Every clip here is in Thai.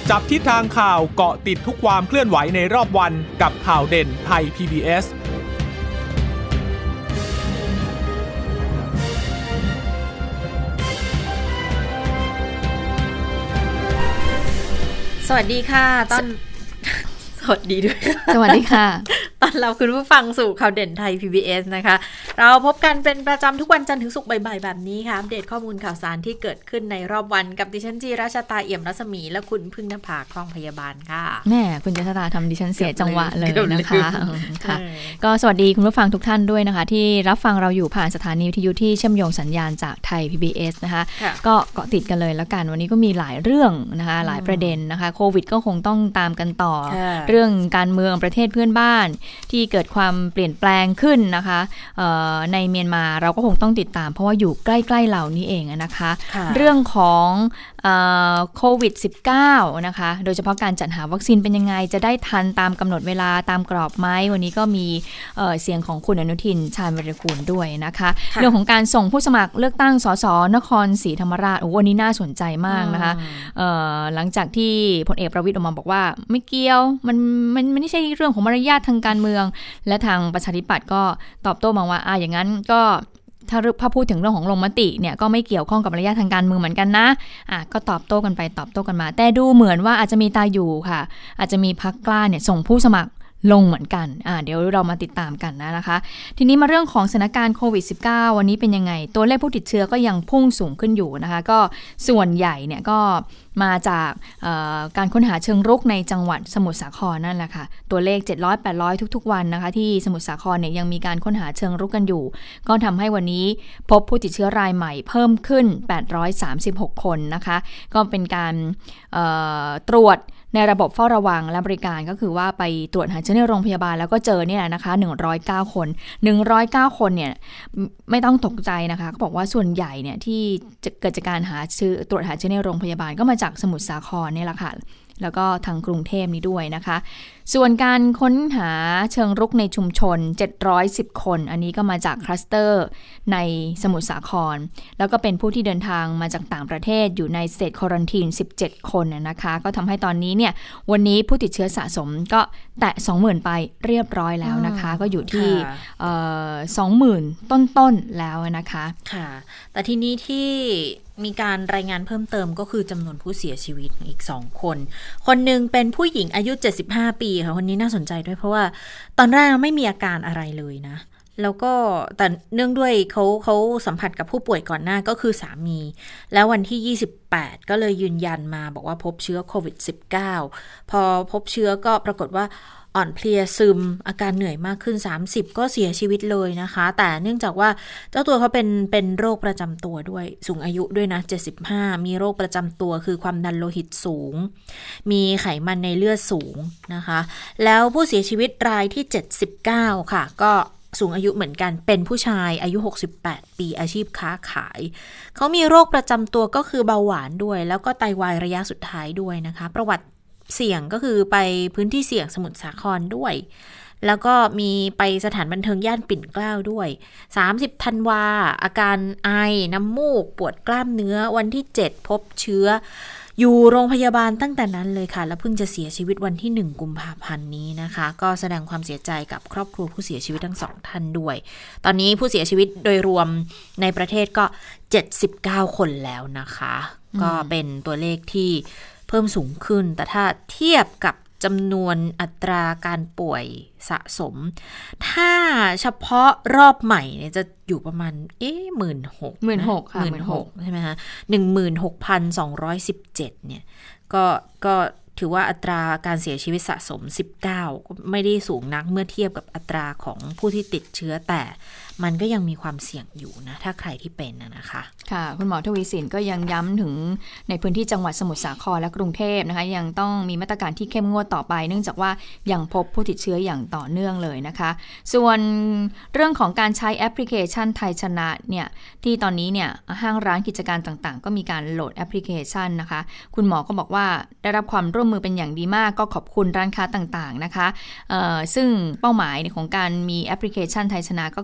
จับทิศทางข่าวเกาะติดทุกความเคลื่อนไหวในรอบวันกับข่าวเด่นไทย PBS สวัสดีค่ะสวัสดีด้วยสวัสดีค่ะตอนเราคุณผู้ฟังสู่ข่าวเด่นไทย PBS นะคะเราพบกันเป็นประจำทุกวันจันทร์ถึงศุกร์บ่ายๆแบบนี้ค่ะอัปเดตข้อมูลข่าวสารที่เกิดขึ้นในรอบวันกับดิฉันจีราชตาเอี่ยมรัศมีและคุณพึ่งนภาคล่องพยาบาลค่ะแม่คุณรัชตาทำดิฉันเสียจังหวะเลยนะคะค่ะก็สวัสดีคุณผู้ฟังทุกท่านด้วยนะคะที่รับฟังเราอยู่ผ่านสถานีวิทยุที่เชื่อมโยงสัญญาณจากไทย PBS นะคะก็เกาะติดกันเลยแล้วกันวันนี้ก็มีหลายเรื่องนะคะหลายประเด็นนะคะโควิดก็คงต้องตามกันต่อเรื่องการเมืองประเทศเพื่อนบ้านที่เกิดความเปลี่ยนแปลงขึ้นนะคะในเมียนมาเราก็คงต้องติดตามเพราะว่าอยู่ใกล้ๆเรานี่เองนะคะเรื่องของโควิด -19 นะคะโดยเฉพาะการจัดหาวัคซีนเป็นยังไงจะได้ทันตามกำหนดเวลาตามกรอบไหมวันนี้ก็มีเสียงของคุณอนุทินชาญวีรกูลด้วยนะคะเรื่องของการส่งผู้สมัครเลือกตั้งสสนครศรีธรรมราชวันนี้น่าสนใจมากนะคะหลังจากที่พลเอกประวิตรออกมาบอกว่าไม่เกี่ยวมันไม่ใช่เรื่องของมารยาททางการเมืองและทางประชาธิปัตย์ก็ตอบโต้มาว่าอย่างนั้นก็ถ้าพูดถึงเรื่องของลงมติเนี่ยก็ไม่เกี่ยวข้องกับมารยาททางการเมืองเหมือนกันนะก็ตอบโต้กันไปตอบโต้กันมาแต่ดูเหมือนว่าอาจจะมีตาอยู่ค่ะอาจจะมีพรรคกล้าเนี่ยส่งผู้สมัครลงเหมือนกันเดี๋ยวเรามาติดตามกันนะคะทีนี้มาเรื่องของสถานการณ์โควิด -19 วันนี้เป็นยังไงตัวเลขผู้ติดเชื้อก็ยังพุ่งสูงขึ้นอยู่นะคะก็ส่วนใหญ่เนี่ยก็มาจากการค้นหาเชิงรุกในจังหวัดสมุทรสาครนั่นแหละค่ะตัวเลข 700-800 ทุกๆวันนะคะที่สมุทรสาครเนี่ยยังมีการค้นหาเชิงรุกกันอยู่ก็ทำให้วันนี้พบผู้ติดเชื้อรายใหม่เพิ่มขึ้น836คนนะคะก็เป็นการตรวจในระบบเฝ้าระวังและบริการก็คือว่าไปตรวจหาเชื้อในโรงพยาบาลแล้วก็เจอเนี่ยนะคะ109คน109คนเนี่ยไม่ต้องตกใจนะคะเขาบอกว่าส่วนใหญ่เนี่ยที่เกิดจากการตรวจหาเชื้อในโรงพยาบาลก็มาจากสมุทรสาครเนี่ยแหละค่ะแล้วก็ทางกรุงเทพนี้ด้วยนะคะส่วนการค้นหาเชิงรุกในชุมชน710คนอันนี้ก็มาจากคลัสเตอร์ในสมุทรสาครแล้วก็เป็นผู้ที่เดินทางมาจากต่างประเทศอยู่ในสเตทควอรันทีน17คนนะคะก็ทำให้ตอนนี้เนี่ยวันนี้ผู้ติดเชื้อสะสมก็แตะ 20,000 ไปเรียบร้อยแล้วนะคะก็อยู่ที่20,000 ต้นๆแล้วนะคะค่ะแต่ทีนี้ที่มีการรายงานเพิ่มเติมก็คือจำนวนผู้เสียชีวิตอีก2คนคนหนึ่งเป็นผู้หญิงอายุ75ปีค่ะคนนี้น่าสนใจด้วยเพราะว่าตอนแรกไม่มีอาการอะไรเลยนะแล้วก็แต่เนื่องด้วยเขาสัมผัสกับผู้ป่วยก่อนหน้าก็คือสามีแล้ววันที่28ก็เลยยืนยันมาบอกว่าพบเชื้อโควิด -19 พอพบเชื้อก็ปรากฏว่าอ่อนเพลียซึมอาการเหนื่อยมากขึ้น30ก็เสียชีวิตเลยนะคะแต่เนื่องจากว่าเจ้าตัวเขาเป็นโรคประจำตัวด้วยสูงอายุด้วยนะ75มีโรคประจำตัวคือความดันโลหิตสูงมีไขมันในเลือดสูงนะคะแล้วผู้เสียชีวิตรายที่79ค่ะก็สูงอายุเหมือนกันเป็นผู้ชายอายุ68ปีอาชีพค้าขายเขามีโรคประจำตัวก็คือเบาหวานด้วยแล้วก็ไตวายระยะสุดท้ายด้วยนะคะประวัติเสี่ยงก็คือไปพื้นที่เสี่ยงสมุทรสาครด้วยแล้วก็มีไปสถานบันเทิงย่านปิ่นเกล้าด้วย30ธันวาอาการไอน้ำมูกปวดกล้ามเนื้อวันที่7พบเชื้ออยู่โรงพยาบาลตั้งแต่นั้นเลยค่ะแล้วเพิ่งจะเสียชีวิตวันที่1กุมภาพันธ์นี้นะคะก็แสดงความเสียใจกับครอบครัวผู้เสียชีวิตทั้ง2ท่านด้วยตอนนี้ผู้เสียชีวิตโดยรวมในประเทศก็79คนแล้วนะคะก็เป็นตัวเลขที่เพิ่มสูงขึ้นแต่ถ้าเทียบกับจำนวนอัตราการป่วยสะสมถ้าเฉพาะรอบใหม่เนี่ยจะอยู่ประมาณ16,000 ค่ะ 16,000 ใช่ไหมคะ 16,217 เนี่ยก็ถือว่าอัตราการเสียชีวิตสะสม19ก็ไม่ได้สูงนักเมื่อเทียบกับอัตราของผู้ที่ติดเชื้อแต่มันก็ยังมีความเสี่ยงอยู่นะถ้าใครที่เป็นนะคะค่ะคุณหมอทวีสินก็ยังย้ำถึงในพื้นที่จังหวัดสมุทรสาครและกรุงเทพนะคะยังต้องมีมาตรการที่เข้มงวดต่อไปเนื่องจากว่ายังพบผู้ติดเชื้ออย่างต่อเนื่องเลยนะคะส่วนเรื่องของการใช้แอปพลิเคชันไทยชนะเนี่ยที่ตอนนี้เนี่ยห้างร้านกิจการต่างๆก็มีการโหลดแอปพลิเคชันนะคะคุณหมอก็บอกว่าได้รับความร่วมมือเป็นอย่างดีมากก็ขอบคุณร้านค้าต่างๆนะคะซึ่งเป้าหมายของการมีแอปพลิเคชันไทยชนะก็คืออยาก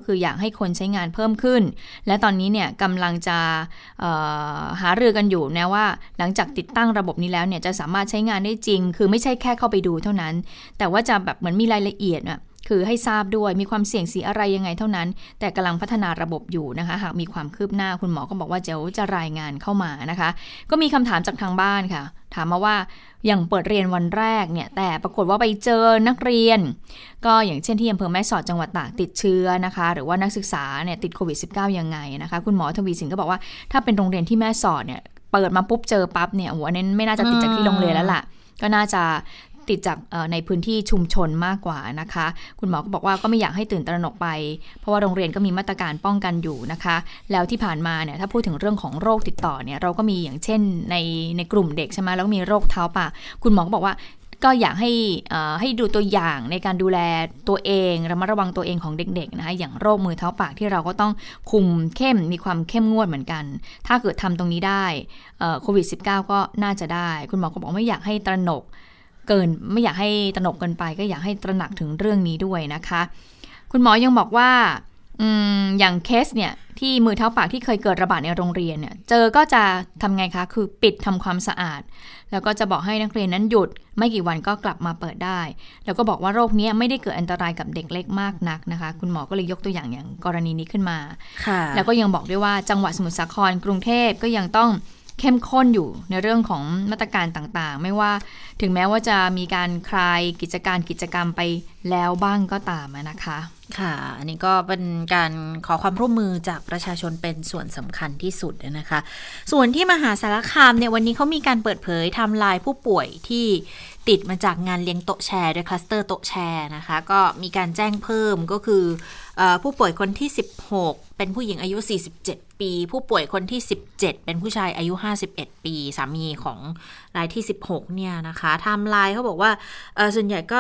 ให้คนใช้งานเพิ่มขึ้นและตอนนี้เนี่ยกำลังจะหารือกันอยู่นะว่าหลังจากติดตั้งระบบนี้แล้วเนี่ยจะสามารถใช้งานได้จริงคือไม่ใช่แค่เข้าไปดูเท่านั้นแต่ว่าจะแบบเหมือนมีรายละเอียดคือให้ทราบด้วยมีความเสี่ยงสีอะไรยังไงเท่านั้นแต่กำลังพัฒนาระบบอยู่นะคะหากมีความคืบหน้าคุณหมอก็บอกว่าเดี๋ยวจะรายงานเข้ามานะคะก็มีคำถามจากทางบ้านค่ะถามมาว่าอย่างเปิดเรียนวันแรกเนี่ยแต่ปรากฏว่าไปเจอนักเรียนก็อย่างเช่นที่อำเภอแม่สอดจังหวัดตากติดเชื้อนะคะหรือว่านักศึกษาเนี่ยติดโควิด -19 ยังไงนะคะคุณหมอทวีสินก็บอกว่าถ้าเป็นโรงเรียนที่แม่สอดเนี่ยเปิดมาปุ๊บเจอปั๊บเนี่ยอันนี้ไม่น่าจะติดจากที่โรงเรียนแล้วล่ะก็น่าจะติดจากในพื้นที่ชุมชนมากกว่านะคะคุณหมอก็บอกว่าก็ไม่อยากให้ตื่นตระหนกไปเพราะว่าโรงเรียนก็มีมาตรการป้องกันอยู่นะคะแล้วที่ผ่านมาเนี่ยถ้าพูดถึงเรื่องของโรคติดต่อเนี่ยเราก็มีอย่างเช่นในกลุ่มเด็กใช่ไหมแล้วมีโรคเท้าปากคุณหมอก็บอกว่าก็อยากให้ดูตัวอย่างในการดูแลตัวเองระมัดระวังตัวเองของเด็กๆนะคะอย่างโรคมือเท้าปากที่เราก็ต้องคุมเข้มมีความเข้มงวดเหมือนกันถ้าเกิดทำตรงนี้ได้โควิด -19 ก็น่าจะได้คุณหมอก็บอกไม่อยากให้ตระหนกไม่อยากให้ตระหนกเกินไปก็อยากให้ตระหนักถึงเรื่องนี้ด้วยนะคะคุณหมอยังบอกว่าอย่างเคสเนี่ยที่มือเท้าปากที่เคยเกิดระบาดในโรงเรียนเนี่ยเจอก็จะทำไงคะคือปิดทำความสะอาดแล้วก็จะบอกให้นักเรียนนั้นหยุดไม่กี่วันก็กลับมาเปิดได้แล้วก็บอกว่าโรคนี้ไม่ได้เกิดอันตรายกับเด็กเล็กมากนักนะคะคุณหมอก็เลยยกตัวอย่างกรณีนี้ขึ้นมาแล้วก็ยังบอกด้วยว่าจังหวัดสมุทรสาครกรุงเทพก็ยังต้องเข้มข้นอยู่ในเรื่องของมาตรการต่างๆไม่ว่าถึงแม้ว่าจะมีการคลายกิจกรรมไปแล้วบ้างก็ตามนะคะค่ะอันนี้ก็เป็นการขอความร่วมมือจากประชาชนเป็นส่วนสำคัญที่สุดนะคะส่วนที่มหาสารคามเนี่ยวันนี้เขามีการเปิดเผยไทม์ไลน์ผู้ป่วยที่ติดมาจากงานเลี้ยงโต๊ะแชร์โดยคลัสเตอร์โต๊ะแชร์นะคะก็มีการแจ้งเพิ่มก็คือผู้ป่วยคนที่16เป็นผู้หญิงอายุ47ปีผู้ป่วยคนที่17เป็นผู้ชายอายุ51ปีสามีของรายที่16เนี่ยนะคะไทม์ไลน์เขาบอกว่าส่วนใหญ่ก็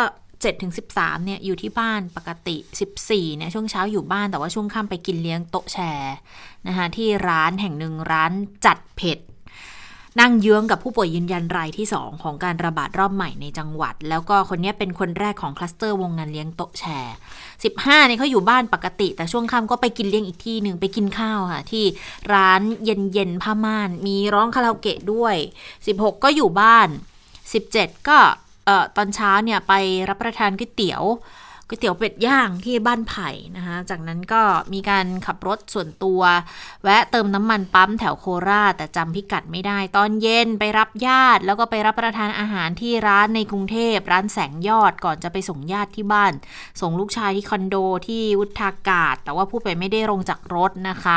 7-13เนี่ยอยู่ที่บ้านปกติ14เนี่ยช่วงเช้าอยู่บ้านแต่ว่าช่วงค่ำไปกินเลี้ยงโต๊ะแชร์นะคะที่ร้านแห่งหนึ่งร้านจัดเผ็ดนั่งเยื้องกับผู้ป่วยยืนยันรายที่2ของการระบาดรอบใหม่ในจังหวัดแล้วก็คนนี้เป็นคนแรกของคลัสเตอร์วงงานเลี้ยงโต๊ะแชร์15เนี่ยเขาอยู่บ้านปกติแต่ช่วงค่ำก็ไปกินเลี้ยงอีกที่นึงไปกินข้าวค่ะที่ร้านเย็นผ้าม่านมีร้องคาราโอเกะด้วย16ก็อยู่บ้าน17ก็ตอนเช้าเนี่ยไปรับประทานก๋วยเตี๋ยวเป็ดย่างที่บ้านไผ่นะคะจากนั้นก็มีการขับรถส่วนตัวแวะเติมน้ำมันปั๊มแถวโคราชแต่จำพิกัดไม่ได้ตอนเย็นไปรับญาติแล้วก็ไปรับประทานอาหารที่ร้านในกรุงเทพร้านแสงยอดก่อนจะไปส่งญาติที่บ้านส่งลูกชายที่คอนโดที่วุฒากาศแต่ว่าผู้ป่วยไม่ได้ลงจากรถนะคะ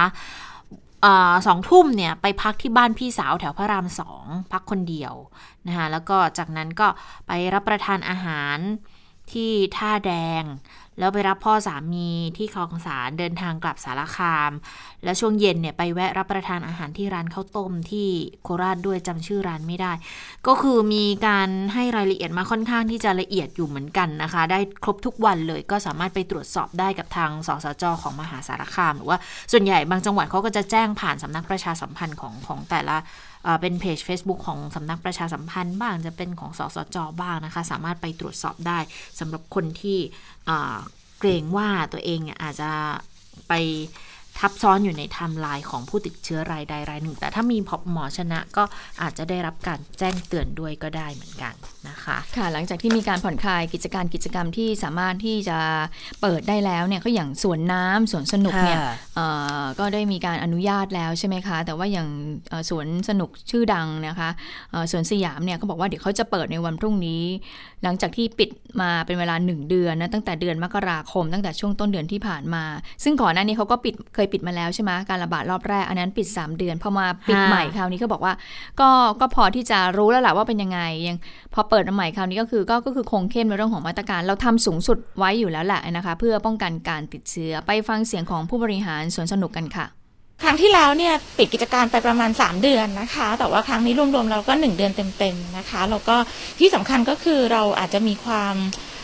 2 ทุ่มเนี่ยไปพักที่บ้านพี่สาวแถวพระราม2พักคนเดียวนะคะแล้วก็จากนั้นก็ไปรับประทานอาหารที่ท่าแดงแล้วไปรับพ่อสามีที่คลองสารเดินทางกลับสารคามแล้วช่วงเย็นเนี่ยไปแวะรับประทานอาหารที่ร้านข้าวต้มที่โคราชด้วยจำชื่อร้านไม่ได้ก็คือมีการให้รายละเอียดมาค่อนข้างที่จะละเอียดอยู่เหมือนกันนะคะได้ครบทุกวันเลยก็สามารถไปตรวจสอบได้กับทางสสจ.ของมหาสารคามหรือว่าส่วนใหญ่บางจังหวัดเขาก็จะแจ้งผ่านสำนักประชาสัมพันธ์ของแต่ละเป็นเพจ Facebook ของสำนักประชาสัมพันธ์บ้างจะเป็นของสสจ.บ้างนะคะสามารถไปตรวจสอบได้สำหรับคนที่เกรงว่าตัวเองอาจจะไปทับซ้อนอยู่ในไทม์ไลน์ของผู้ติดเชื้อรายใดรายหนึ่งแต่ถ้ามีหมอชนะก็อาจจะได้รับการแจ้งเตือนด้วยก็ได้เหมือนกันนะคะค่ะหลังจากที่มีการผ่อนคลายกิจกรรมที่สามารถที่จะเปิดได้แล้วเนี่ยก็อย่างสวนน้ำสวนสนุกเนี่ยก็ได้มีการอนุญาตแล้วใช่ไหมคะแต่ว่าอย่างสวนสนุกชื่อดังนะคะสวนสยามเนี่ยเขาบอกว่าเดี๋ยวเขาจะเปิดในวันพรุ่งนี้หลังจากที่ปิดมาเป็นเวลา1 เดือนนะตั้งแต่เดือนมกราคมตั้งแต่ช่วงต้นเดือนที่ผ่านมาซึ่งก่อนหน้านี้เขาก็เคยปิดมาแล้วใช่ไหมการระบาดรอบแรกอันนั้นปิด3 เดือนพอมาปิดใหม่คราวนี้ก็บอกว่าก็พอที่จะรู้แล้วแหละว่าเป็นยังไงยังพอเปิดใหม่คราวนี้ก็คือคงเข้มในเรื่องของมาตรการเราทำสูงสุดไว้อยู่แล้วแหละนะคะเพื่อป้องกันการติดเชื้อไปฟังเสียงของผู้บริหารสวนสนุกกันค่ะครั้งที่แล้วเนี่ยปิดกิจการไปประมาณ3 เดือนนะคะแต่ว่าครั้งนี้รวมๆเราก็1 เดือนเต็มๆนะคะแล้วก็ที่สำคัญก็คือเราอาจจะมีความ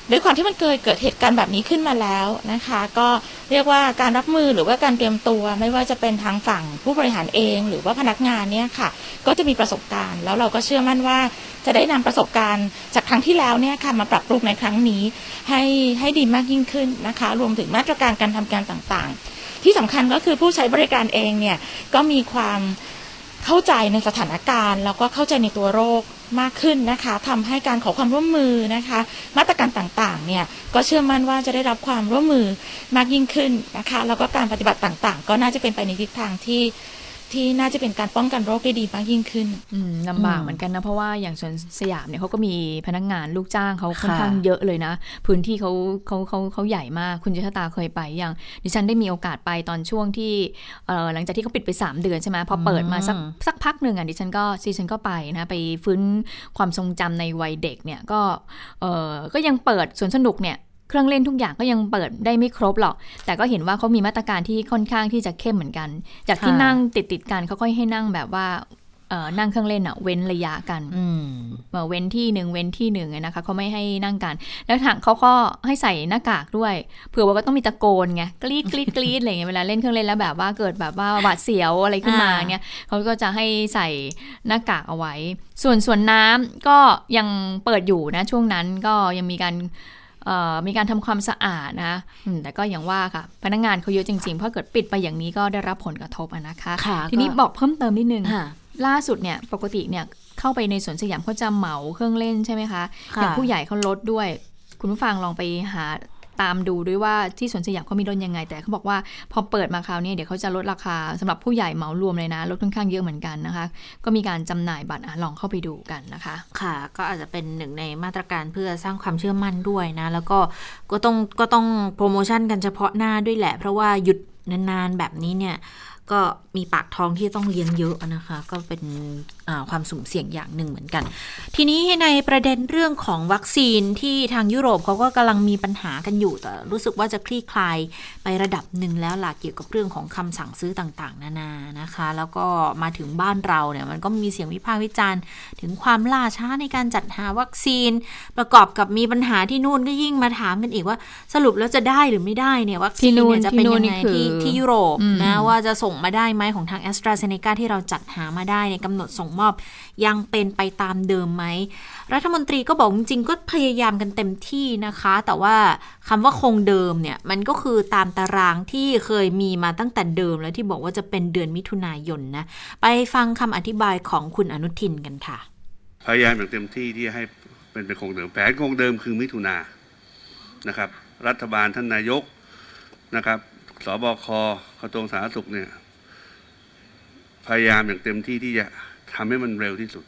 ด้วยความที่มันเกิดเหตุการณ์แบบนี้ขึ้นมาแล้วนะคะก็เรียกว่าการรับมือหรือว่าการเตรียมตัวไม่ว่าจะเป็นทางฝั่งผู้บริหารเองหรือว่าพนักงานเนี่ยค่ะก็จะมีประสบการณ์แล้วเราก็เชื่อมั่นว่าจะได้นำประสบการณ์จากครั้งที่แล้วเนี่ยค่ะมาปรับปรุงในครั้งนี้ให้ดีมากยิ่งขึ้นนะคะรวมถึงมาตรการการทำการต่างๆที่สำคัญก็คือผู้ใช้บริการเองเนี่ยก็มีความเข้าใจในสถานการณ์แล้วก็เข้าใจในตัวโรคมากขึ้นนะคะทำให้การขอความร่วมมือนะคะมาตรการต่างๆเนี่ยก็เชื่อมั่นว่าจะได้รับความร่วมมือมากยิ่งขึ้นนะคะแล้วก็การปฏิบัติต่างๆก็น่าจะเป็นไปในทิศทางที่น่าจะเป็นการป้องกันโรคได้ดีมากยิ่งขึ้นลำบากเหมือนกันนะเพราะว่าอย่างสวนสยามเนี่ยเขาก็มีพนักงานลูกจ้างเขาค่อนข้างเยอะเลยนะพื้นที่เขาใหญ่มากคุณเจษฎาเคยไปอย่างดิฉันได้มีโอกาสไปตอนช่วงที่หลังจากที่เขาปิดไป3 เดือนใช่ไหมพอเปิดมาสักพักหนึ่งดิฉันก็ไปนะไปฟื้นความทรงจำในวัยเด็กเนี่ยก็ยังเปิดสวนสนุกเนี่ยเครื่องเล่นทุกอย่างก็ยังเปิดได้ไม่ครบหรอกแต่ก็เห็นว่าเขามีมาตรการที่ค่อนข้างที่จะเข้มเหมือนกันจากที่นั่งติดกันเขาค่อยให้นั่งแบบว่านั่งเครื่องเล่นเว้นระยะกันเว้นที่หนึ่งนะคะเขาไม่ให้นั่งกันแล้วทางเขาก็ให้ใส่หน้ากากด้วยเผื่อว่าต้องมีตะโกนไงกรี๊ดอะไรอย่างเงี้ยเวลาเล่นเครื่องเล่นแล้วแบบว่าเกิดแบบว่าหวาดเสียวอะไรขึ้นมาเนี่ยเขาก็จะให้ใส่หน้ากากเอาไว้ส่วนน้ำก็ยังเปิดอยู่นะช่วงนั้นก็ยังมีการทำความสะอาดนะแต่ก็อย่างว่าค่ะพนักงานเขาเยอะจริงๆเพราะเกิดปิดไปอย่างนี้ก็ได้รับผลกระทบนะคะทีนี้บอกเพิ่มเติมนิดนึงล่าสุดเนี่ยปกติเนี่ยเข้าไปในสวนสยามเขาจะเหมาเครื่องเล่นใช่ไหมคะอย่างผู้ใหญ่เขาลดด้วยคุณผู้ฟังลองไปหาตามดูด้วยว่าที่สวนสยามเขามีลดยังไงแต่เขาบอกว่าพอเปิดมาคราวนี้เดี๋ยวเขาจะลดราคาสำหรับผู้ใหญ่เหมารวมเลยนะลดค่อนข้างเยอะเหมือนกันนะคะก็มีการจำหน่ายบัตรลองเข้าไปดูกันนะคะค่ะก็อาจจะเป็นหนึ่งในมาตรการเพื่อสร้างความเชื่อมั่นด้วยนะแล้วก็ต้องโปรโมชั่นกันเฉพาะหน้าด้วยแหละเพราะว่าหยุดนานๆแบบนี้เนี่ยก็มีปากท้องที่ต้องเลี้ยงเยอะนะคะก็เป็นความสุ่มเสี่ยงอย่างหนึ่งเหมือนกันทีนี้ในประเด็นเรื่องของวัคซีนที่ทางยุโรปเขาก็กำลังมีปัญหากันอยู่แต่รู้สึกว่าจะคลี่คลายไประดับหนึ่งแล้วล่ะเกี่ยวกับเรื่องของคำสั่งซื้อต่างๆนานานะคะแล้วก็มาถึงบ้านเราเนี่ยมันก็มีเสียงวิพากษ์วิจารณ์ถึงความล่าช้าในการจัดหาวัคซีนประกอบกับมีปัญหาที่นู่นก็ยิ่งมาถามกันอีกว่าสรุปแล้วจะได้หรือไม่ได้เนี่ยวัคซีนเนี่ยจะเป็นยังไงที่ยุโรปนะว่าจะส่งมาได้ไหมของทาง AstraZeneca ที่เราจัดหามาได้ในกำหนดส่งมอบยังเป็นไปตามเดิมไหมรัฐมนตรีก็บอกจริงๆก็พยายามกันเต็มที่นะคะแต่ว่าคำว่าคงเดิมเนี่ยมันก็คือตามตารางที่เคยมีมาตั้งแต่เดิมแล้วที่บอกว่าจะเป็นเดือนมิถุนายนนะไปฟังคำอธิบายของคุณอนุทินกันค่ะพยายามอย่างเต็มที่ที่ให้เป็นคงเดิมแผนคงเดิมคือมิถุนายนนะครับรัฐบาลท่านนายกนะครับสบคกระทรวงสาธารณสุขเนี่ยพยายามอย่างเต็มที่ที่จะทำให้มันเร็วที่สุด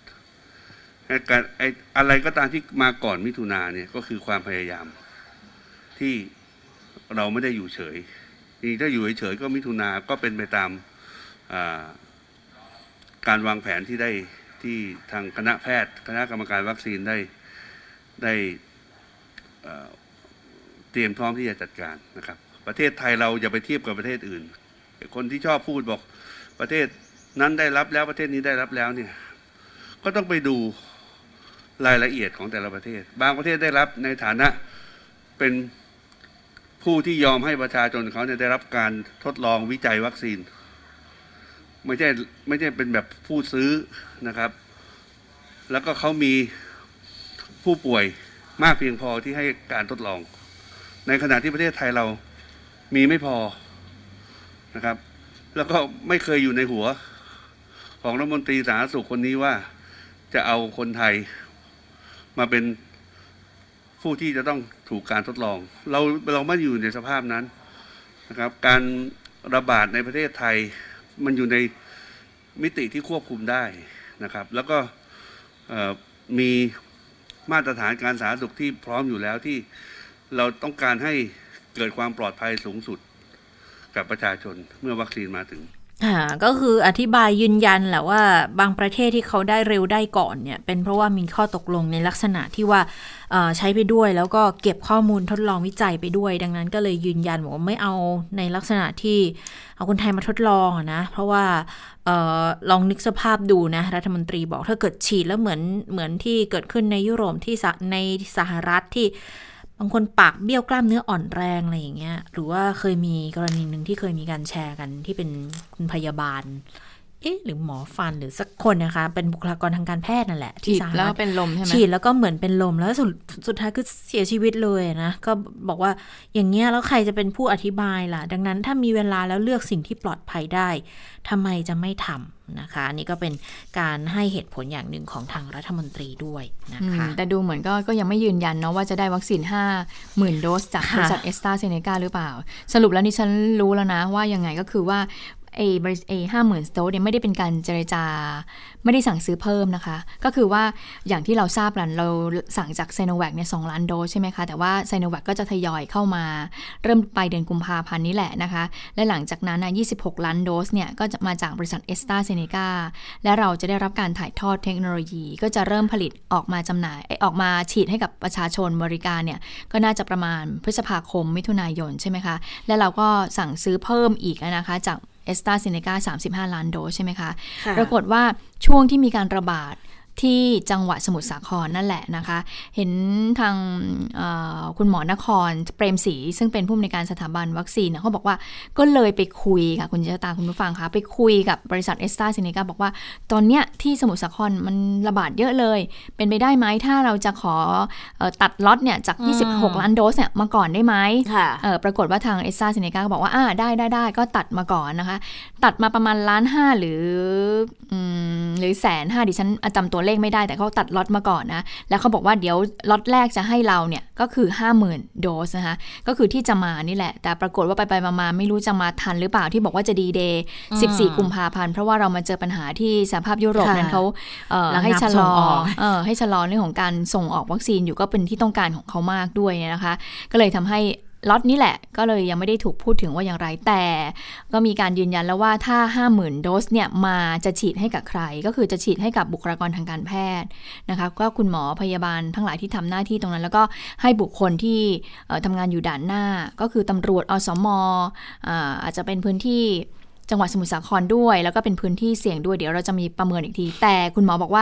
อะไรก็ตามที่มาก่อนมิถุนายนเนี่ยก็คือความพยายามที่เราไม่ได้อยู่เฉยนี่ถ้าอยู่เฉยก็มิถุนายนก็เป็นไปตามการวางแผนที่ทางคณะแพทย์คณะกรรมการวัคซีนได้เตรียมพร้อมที่จะจัดการนะครับประเทศไทยเราอย่าไปเทียบกับประเทศอื่นคนที่ชอบพูดบอกประเทศนั้นได้รับแล้วประเทศนี้ได้รับแล้วเนี่ยก็ต้องไปดูรายละเอียดของแต่ละประเทศบางประเทศได้รับในฐานะเป็นผู้ที่ยอมให้ประชาชนเขาเนี่ยได้รับการทดลองวิจัยวัคซีนไม่ใช่เป็นแบบผู้ซื้อนะครับแล้วก็เขามีผู้ป่วยมากเพียงพอที่ให้การทดลองในขณะที่ประเทศไทยเรามีไม่พอนะครับแล้วก็ไม่เคยอยู่ในหัวของรัฐมนตรีสาธารณสุขคนนี้ว่าจะเอาคนไทยมาเป็นผู้ที่จะต้องถูกการทดลองเราไม่อยู่ในสภาพนั้นนะครับการระบาดในประเทศไทยมันอยู่ในมิติที่ควบคุมได้นะครับแล้วก็มีมาตรฐานการสาธารณสุขที่พร้อมอยู่แล้วที่เราต้องการให้เกิดความปลอดภัยสูงสุดกับประชาชนเมื่อวัคซีนมาถึงก็คืออธิบายยืนยันแหละว่าบางประเทศที่เขาได้เร็วได้ก่อนเนี่ยเป็นเพราะว่ามีข้อตกลงในลักษณะที่ว่าใช้ไปด้วยแล้วก็เก็บข้อมูลทดลองวิจัยไปด้วยดังนั้นก็เลยยืนยันว่าไม่เอาในลักษณะที่เอาคนไทยมาทดลองนะเพราะว่าลองนึกสภาพดูนะรัฐมนตรีบอกถ้าเกิดฉีดแล้วเหมือนที่เกิดขึ้นในยุโรปที่ในสหรัฐที่บางคนปากเบี้ยวกล้ามเนื้ออ่อนแรงอะไรอย่างเงี้ยหรือว่าเคยมีกรณีหนึ่งที่เคยมีการแชร์กันที่เป็นคุณพยาบาลหรือหมอฟันหรือสักคนนะคะเป็นบุคลากรทางการแพทย์นั่นแหละที่ฉีดแล้วเป็นลมใช่ไหมฉีดแล้วก็เหมือนเป็นลมแล้วสุดท้ายคือเสียชีวิตเลยนะก็บอกว่าอย่างเงี้ยแล้วใครจะเป็นผู้อธิบายล่ะดังนั้นถ้ามีเวลาแล้วเลือกสิ่งที่ปลอดภัยได้ทำไมจะไม่ทำนะคะนี่ก็เป็นการให้เหตุผลอย่างหนึ่งของทางรัฐมนตรีด้วยนะคะแต่ดูเหมือนก็ยังไม่ยืนยันเนาะว่าจะได้วัคซีน 50,000 โดสจากบริษัท AstraZeneca หรือเปล่าสรุปแล้วนี่ฉันรู้แล้วนะว่ายังไงก็คือว่า50,000 โดสเนี่ยไม่ได้เป็นการเจรจาไม่ได้สั่งซื้อเพิ่มนะคะก็คือว่าอย่างที่เราทราบกันเราสั่งจากไซโนแวคเนี่ย2 ล้านโดสใช่ไหมคะแต่ว่าไซโนแวคก็จะทยอยเข้ามาเริ่มปลายเดือนกุมภาพันธ์นี้แหละนะคะและหลังจากนั้น26 ล้านโดสเนี่ยก็จะมาจากบริษัท AstraZeneca และเราจะได้รับการถ่ายทอดเทคโนโลยีก็จะเริ่มผลิตออกมาจำหน่ายออกมาฉีดให้กับประชาชนบริการเนี่ยก็น่าจะประมาณพฤษภาคมมิถุนายนใช่ไหมคะและเราก็สั่งซื้อเพิ่มอีกนะคะจากAstraZeneca 35 ล้านโดสใช่ไหมคะปรากฏว่าช่วงที่มีการระบาดที่จังหวัดสมุทรสาครนั่นแหละนะคะเห็นทางคุณหมอนครเปรมศรีซึ่งเป็นผู้อำนวยการสถาบันวัคซีนเขาบอกว่าก็เลยไปคุยค่ะคุณเจตาคุณผู้ฟังคะไปคุยกับบริษัท AstraZeneca บอกว่าตอนเนี้ยที่สมุทรสาครมันระบาดเยอะเลยเป็นไปได้ไหมถ้าเราจะขอตัดล็อตเนี่ยจาก26 ล้านโดสเนี่ยมาก่อนได้ไหมปรากฏว่าทาง AstraZeneca ก็บอกว่าได้ก็ตัดมาก่อนนะคะตัดมาประมาณ1.5 ล้านหรือ150,000ดิฉันจำตัวเลขไม่ได้แต่เขาตัดล็อตมาก่อนนะแล้วเขาบอกว่าเดี๋ยวล็อตแรกจะให้เราเนี่ยก็คือ 50,000 โดสนะคะก็คือที่จะมานี่แหละแต่ปรากฏว่าไปมาไม่รู้จะมาทันหรือเปล่าที่บอกว่าจะดีเดย์14 กุมภาพันธ์เพราะว่าเรามาเจอปัญหาที่สหภาพยุโรปนั้นเขาให้ชะลอเรื่องของการส่งออกวัคซีนอยู่ก็เป็นที่ต้องการของเขามากด้วยนะคะก็เลยทำให้ล็อตนี้แหละก็เลยยังไม่ได้ถูกพูดถึงว่าอย่างไรแต่ก็มีการยืนยันแล้วว่าถ้า 50,000 โดสเนี่ยมาจะฉีดให้กับใครก็คือจะฉีดให้กับบุคลากรทางการแพทย์นะคะก็คุณหมอพยาบาลทั้งหลายที่ทำหน้าที่ตรงนั้นแล้วก็ให้บุคคลที่ทำงานอยู่ด่านหน้าก็คือตำรวจอสม.อาจจะเป็นพื้นที่จังหวัดสมุทรสาครด้วยแล้วก็เป็นพื้นที่เสี่ยงด้วยเดี๋ยวเราจะมีประเมินอีกทีแต่คุณหมอบอกว่า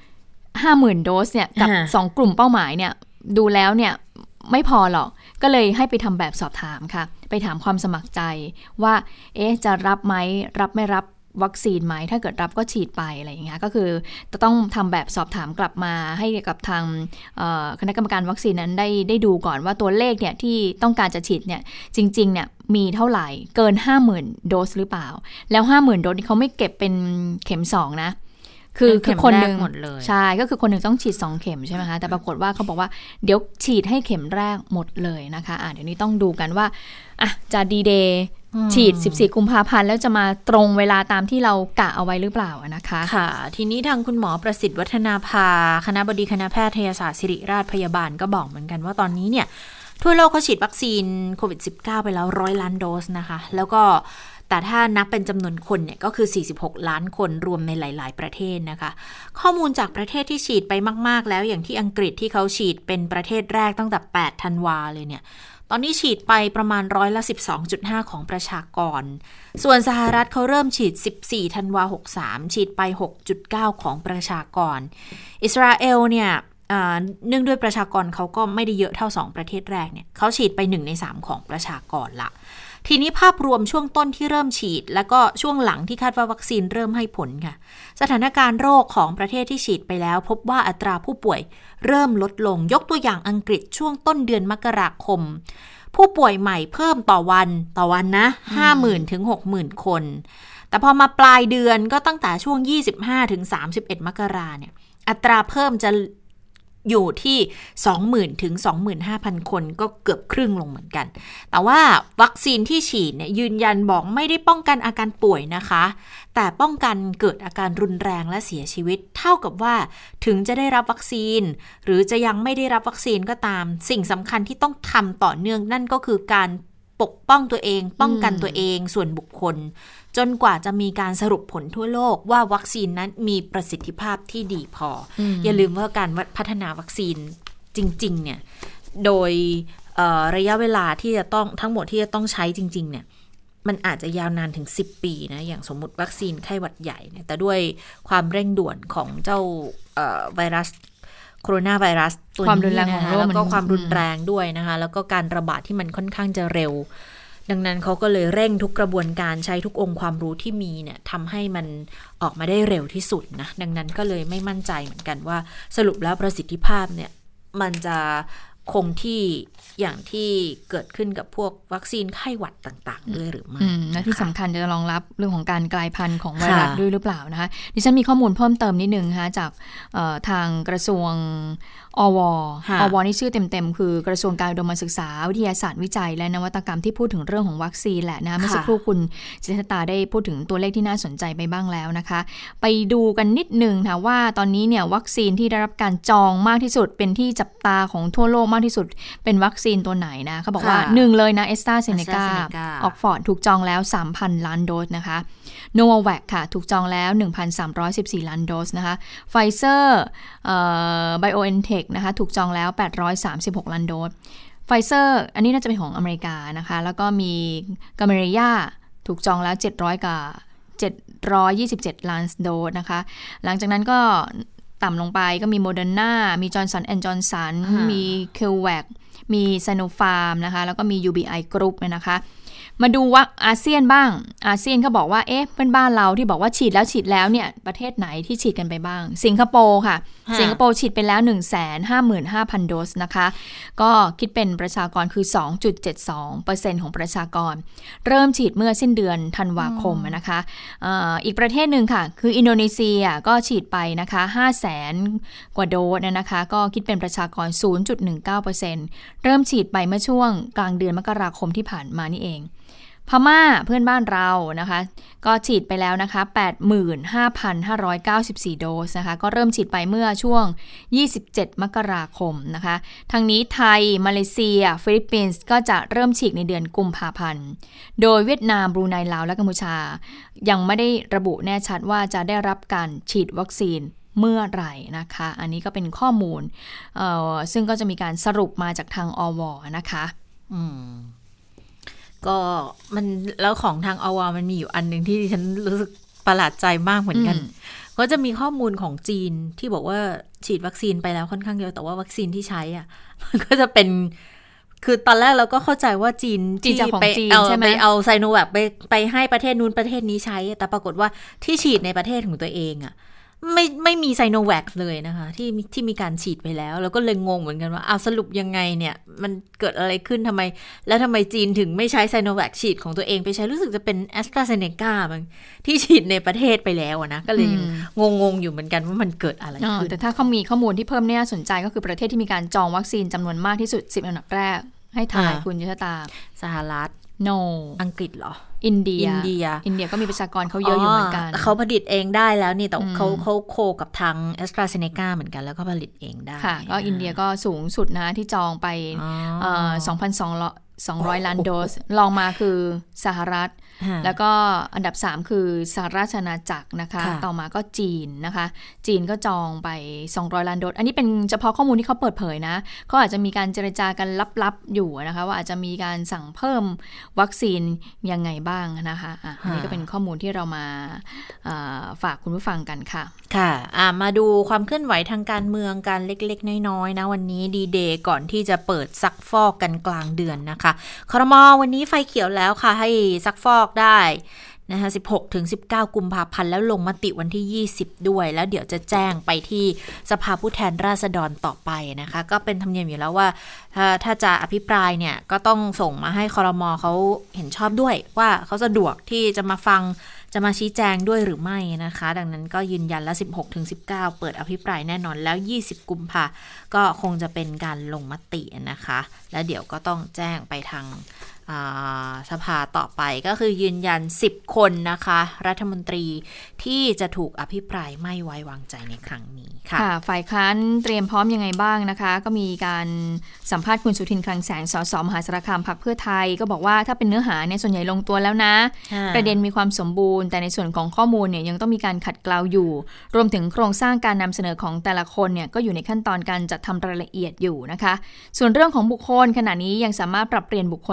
50,000 โดสเนี่ยกับ2 กลุ่มเป้าหมายเนี่ยดูแล้วเนี่ยไม่พอหรอกก็เลยให้ไปทำแบบสอบถามค่ะไปถามความสมัครใจว่าจะรับไหมรับไม่รับวัคซีนไหมถ้าเกิดรับก็ฉีดไปอะไรอย่างเงี้ยก็คือจะต้องทำแบบสอบถามกลับมาให้กับทางคณะกรรมการวัคซีนนั้นได้ดูก่อนว่าตัวเลขเนี่ยที่ต้องการจะฉีดเนี่ยจริงๆเนี่ยมีเท่าไหร่เกิน 50,000 โดสหรือเปล่าแล้ว 50,000 โดสนี่เขาไม่เก็บเป็นเข็ม2นะคือคนหนึ่งหมดเลยใช่ก็คือคนหนึ่งต้องฉีด2 เข็มใช่ไหมคะแต่ปรากฏว่าเขาบอกว่าเดี๋ยวฉีดให้เข็มแรกหมดเลยนะคะเดี๋ยวนี้ต้องดูกันว่าจะดีเดย์ฉีด14 กุมภาพันธ์แล้วจะมาตรงเวลาตามที่เรากะเอาไว้หรือเปล่านะคะค่ะทีนี้ทางคุณหมอประสิทธิ์วัฒนาภาคณบดีคณะแพทยศาสตร์ศิริราชพยาบาลก็บอกเหมือนกันว่าตอนนี้เนี่ยทั่วโลกเขาฉีดวัคซีนโควิด -19 ไปแล้ว100 ล้านโดสนะคะแล้วก็แต่ถ้านับเป็นจำนวนคนเนี่ยก็คือ46 ล้านคนรวมในหลายๆประเทศนะคะข้อมูลจากประเทศที่ฉีดไปมากๆแล้วอย่างที่อังกฤษที่เขาฉีดเป็นประเทศแรกตั้งแต่8 ธันวาเลยเนี่ยตอนนี้ฉีดไปประมาณ12.5% ของประชากรส่วนสหรัฐเขาเริ่มฉีด14 ธันวา63ฉีดไป 6.9% ของประชากรอิสราเอลเนี่ยเนื่องด้วยประชากรเขาก็ไม่ได้เยอะเท่า2ประเทศแรกเนี่ยเขาฉีดไป1 ใน 3ของประชากรละทีนี้ภาพรวมช่วงต้นที่เริ่มฉีดแล้วก็ช่วงหลังที่คาดว่าวัคซีนเริ่มให้ผลค่ะสถานการณ์โรคของประเทศที่ฉีดไปแล้วพบว่าอัตราผู้ป่วยเริ่มลดลงยกตัวอย่างอังกฤษช่วงต้นเดือนมกราคมผู้ป่วยใหม่เพิ่มต่อวันนะ 50,000 ถึง 60,000 คนแต่พอมาปลายเดือนก็ตั้งแต่ช่วง 25 ถึง 31 มกราเนี่ยอัตราเพิ่มจะอยู่ที่ 20,000 ถึง 25,000 คนก็เกือบครึ่งลงเหมือนกันแต่ว่าวัคซีนที่ฉีดเนี่ยยืนยันบอกไม่ได้ป้องกันอาการป่วยนะคะแต่ป้องกันเกิดอาการรุนแรงและเสียชีวิตเท่ากับว่าถึงจะได้รับวัคซีนหรือจะยังไม่ได้รับวัคซีนก็ตามสิ่งสำคัญที่ต้องทำต่อเนื่องนั่นก็คือการปกป้องตัวเองป้องกันตัวเองส่วนบุคคลจนกว่าจะมีการสรุปผลทั่วโลกว่าวัคซีนนั้นมีประสิทธิภาพที่ดีพออย่าลืมว่าการพัฒนาวัคซีนจริงๆเนี่ยโดยระยะเวลาที่จะต้องทั้งหมดที่จะต้องใช้จริงๆเนี่ยมันอาจจะยาวนานถึง10 ปีนะอย่างสมมติวัคซีนไข้หวัดใหญ่เนี่ยแต่ด้วยความเร่งด่วนของเจ้าไวรัสโคโรนาไวรัสตัวนี้นะคะแล้วก็ความรุนแรงด้วยนะคะแล้วก็การระบาดที่มันค่อนข้างจะเร็วดังนั้นเขาก็เลยเร่งทุกกระบวนการใช้ทุกองค์ความรู้ที่มีเนี่ยทำให้มันออกมาได้เร็วที่สุดนะดังนั้นก็เลยไม่มั่นใจเหมือนกันว่าสรุปแล้วประสิทธิภาพเนี่ยมันจะคงที่อย่างที่เกิดขึ้นกับพวกวัคซีนไข้หวัดต่างๆด้วยหรือไม่และที่สำคัญจะรองรับเรื่องของการกลายพันธุ์ของไวรัสด้วยหรือเปล่านะคะดิฉันมีข้อมูลเพิ่มเติมนิดนึงนะคะจากทางกระทรวงอวนี่ชื่อเต็มๆคือกระทรวงการอุดมศึกษาวิทยาศาสตร์วิจัยและนวัตกรรมที่พูดถึงเรื่องของวัคซีนแหละนะเมื่อสักครู่คุณจิตตาได้พูดถึงตัวเลขที่น่าสนใจไปบ้างแล้วนะคะไปดูกันนิดนึงนะว่าตอนนี้เนี่ยวัคซีนที่ได้รับการจองมากที่สุดเป็นที่จับตาของทั่วโลกมากที่สุดเป็นวัคซีนตัวไหนนะเขาบอกว่า1เลยนะแอสตราเซเนกาออกฟอร์ดถูกจองแล้ว 3,000 ล้านโดสนะคะโนวาแวคค่ะถูกจองแล้ว 1,314 ล้านโดสนะคะไฟเซอร์ไบโอเอ็นเทคนะคะถูกจองแล้ว836ล้านโดสไฟเซอร์อันนี้น่าจะเป็นของอเมริกานะคะแล้วก็มีกาเมเรียถูกจองแล้ว727ล้านโดสนะคะหลังจากนั้นก็ต่ำลงไปก็มีโมเดอร์นามีจอห์นสันแอนด์จอห์นสันมีเคลแวคมีไซโนฟาร์มนะคะแล้วก็มี UBI Group นะคะมาดูว่าอาเซียนบ้างอาเซียนก็บอกว่าเอ๊ะเพื่อนบ้านเราที่บอกว่าฉีดแล้วเนี่ยประเทศไหนที่ฉีดกันไปบ้างสิงคโปร์ค่ะสิงคโปร์ฉีดไปแล้ว 155,000 โดสนะคะก็คิดเป็นประชากรคือ 2.72% ของประชากรเริ่มฉีดเมื่อสิ้นเดือนธันวาคมนะคะอีกประเทศหนึ่งค่ะคืออินโดนีเซียก็ฉีดไปนะคะ 500,000 กว่าโดสนะคะก็คิดเป็นประชากร 0.19% เริ่มฉีดไปเมื่อช่วงกลางเดือนมกราคมที่ผ่านมานี่เองพม่าเพื่อนบ้านเรานะคะก็ฉีดไปแล้วนะคะ 85,594 โดสนะคะก็เริ่มฉีดไปเมื่อช่วง27มกราคมนะคะทางนี้ไทยมาเลเซียฟิลิปปินส์ก็จะเริ่มฉีดในเดือนกุมภาพันธ์โดยเวียดนามบรูไนลาวและกัมพูชายังไม่ได้ระบุแน่ชัดว่าจะได้รับการฉีดวัคซีนเมื่อไหร่นะคะอันนี้ก็เป็นข้อมูลซึ่งก็จะมีการสรุปมาจากทางอว.นะคะก็มันแล้วของทางอว.มันมีอยู่อันนึงที่ฉันรู้สึกประหลาดใจมากเหมือนกันก็จะมีข้อมูลของจีนที่บอกว่าฉีดวัคซีนไปแล้วค่อนข้างเยอะแต่ว่าวัคซีนที่ใช้อ่ะมันก็จะเป็นคือตอนแรกเราก็เข้าใจว่าจีนที่ไปเอาไซโนแวคไปให้ประเทศนู้นประเทศนี้ใช้แต่ปรากฏว่าที่ฉีดในประเทศของตัวเองอ่ะไม่มีไซโนแวคเลยนะคะที่มีการฉีดไปแล้วก็เลยงงเหมือนกันว่าเอาสรุปยังไงเนี่ยมันเกิดอะไรขึ้นทำไมจีนถึงไม่ใช้ไซโนแวคฉีดของตัวเองไปใช้รู้สึกจะเป็นแอสตราเซเนกามั้งที่ฉีดในประเทศไปแล้วนะก็เลยงงอยู่เหมือนกันว่ามันเกิดอะไรขึ้นแต่ถ้าเขามีข้อมูลที่เพิ่มน่าสนใจก็คือประเทศที่มีการจองวัคซีนจำนวนมากที่สุด10อันดับแรกให้ถ่ายคุณยุทธตาสหรัฐอังกฤษเหรออินเดียก็มีประชากรเขาเยอะอยู่เหมือนกันเขาผลิตเองได้แล้วนี่แต่เขาโคกับทางแอสตราเซเนกาเหมือนกันแล้วก็ผลิตเองได้ค่ะก็อินเดียก็สูงสุดนะที่จองไป2,200 ล้านโดสรองมาคือสหรัฐแล้วก็อันดับ3คือสหราชอาณาจักรนะคะต่อมาก็จีนนะคะจีนก็จองไป200 ล้านโดสอันนี้เป็นเฉพาะข้อมูลที่เขาเปิดเผยนะเขาอาจจะมีการเจรจากันลับๆอยู่นะคะว่าอาจจะมีการสั่งเพิ่มวัคซีนยังไงบ้างนะคะอันนี้ก็เป็นข้อมูลที่เรามาฝากคุณผู้ฟังกันค่ะค่ะมาดูความเคลื่อนไหวทางการเมืองการเล็กๆน้อยๆนะวันนี้ดีเดย์ก่อนที่จะเปิดซักฟอกกันกลางเดือนนะคะครม.วันนี้ไฟเขียวแล้วค่ะให้ซักฟอกได้นะคะ16-19 กุมภาพันธ์แล้วลงมติวันที่20ด้วยแล้วเดี๋ยวจะแจ้งไปที่สภาผู้แทนราษฎรต่อไปนะคะก็เป็นธรรมเนียมอยู่แล้วว่าถ้าจะอภิปรายเนี่ยก็ต้องส่งมาให้ครม.เขาเห็นชอบด้วยว่าเขาสะดวกที่จะมาฟังจะมาชี้แจงด้วยหรือไม่นะคะดังนั้นก็ยืนยันแล้ว 16-19 เปิดอภิปรายแน่นอนแล้ว20 กุมภาก็คงจะเป็นการลงมตินะคะแล้วเดี๋ยวก็ต้องแจ้งไปทางสภาต่อไปก็คือยืนยัน10คนนะคะรัฐมนตรีที่จะถูกอภิปรายไม่ไว้วางใจในครั้งนี้ค่ะฝ่ายค้านเตรียมพร้อมยังไงบ้างนะคะก็มีการสัมภาษณ์คุณสุทินคลังแสงสสมหาสารคามพรรคเพื่อไทยก็บอกว่าถ้าเป็นเนื้อหาเนี่ยส่วนใหญ่ลงตัวแล้วนะประเด็นมีความสมบูรณ์แต่ในส่วนของข้อมูลเนี่ยยังต้องมีการขัดเกลาอยู่รวมถึงโครงสร้างการนำเสนอของแต่ละคนเนี่ยก็อยู่ในขั้นตอนการจัดทำรายละเอียดอยู่นะคะส่วนเรื่องของบุคคลขณะนี้ยังสามารถปรับเปลี่ยนบุคคลที่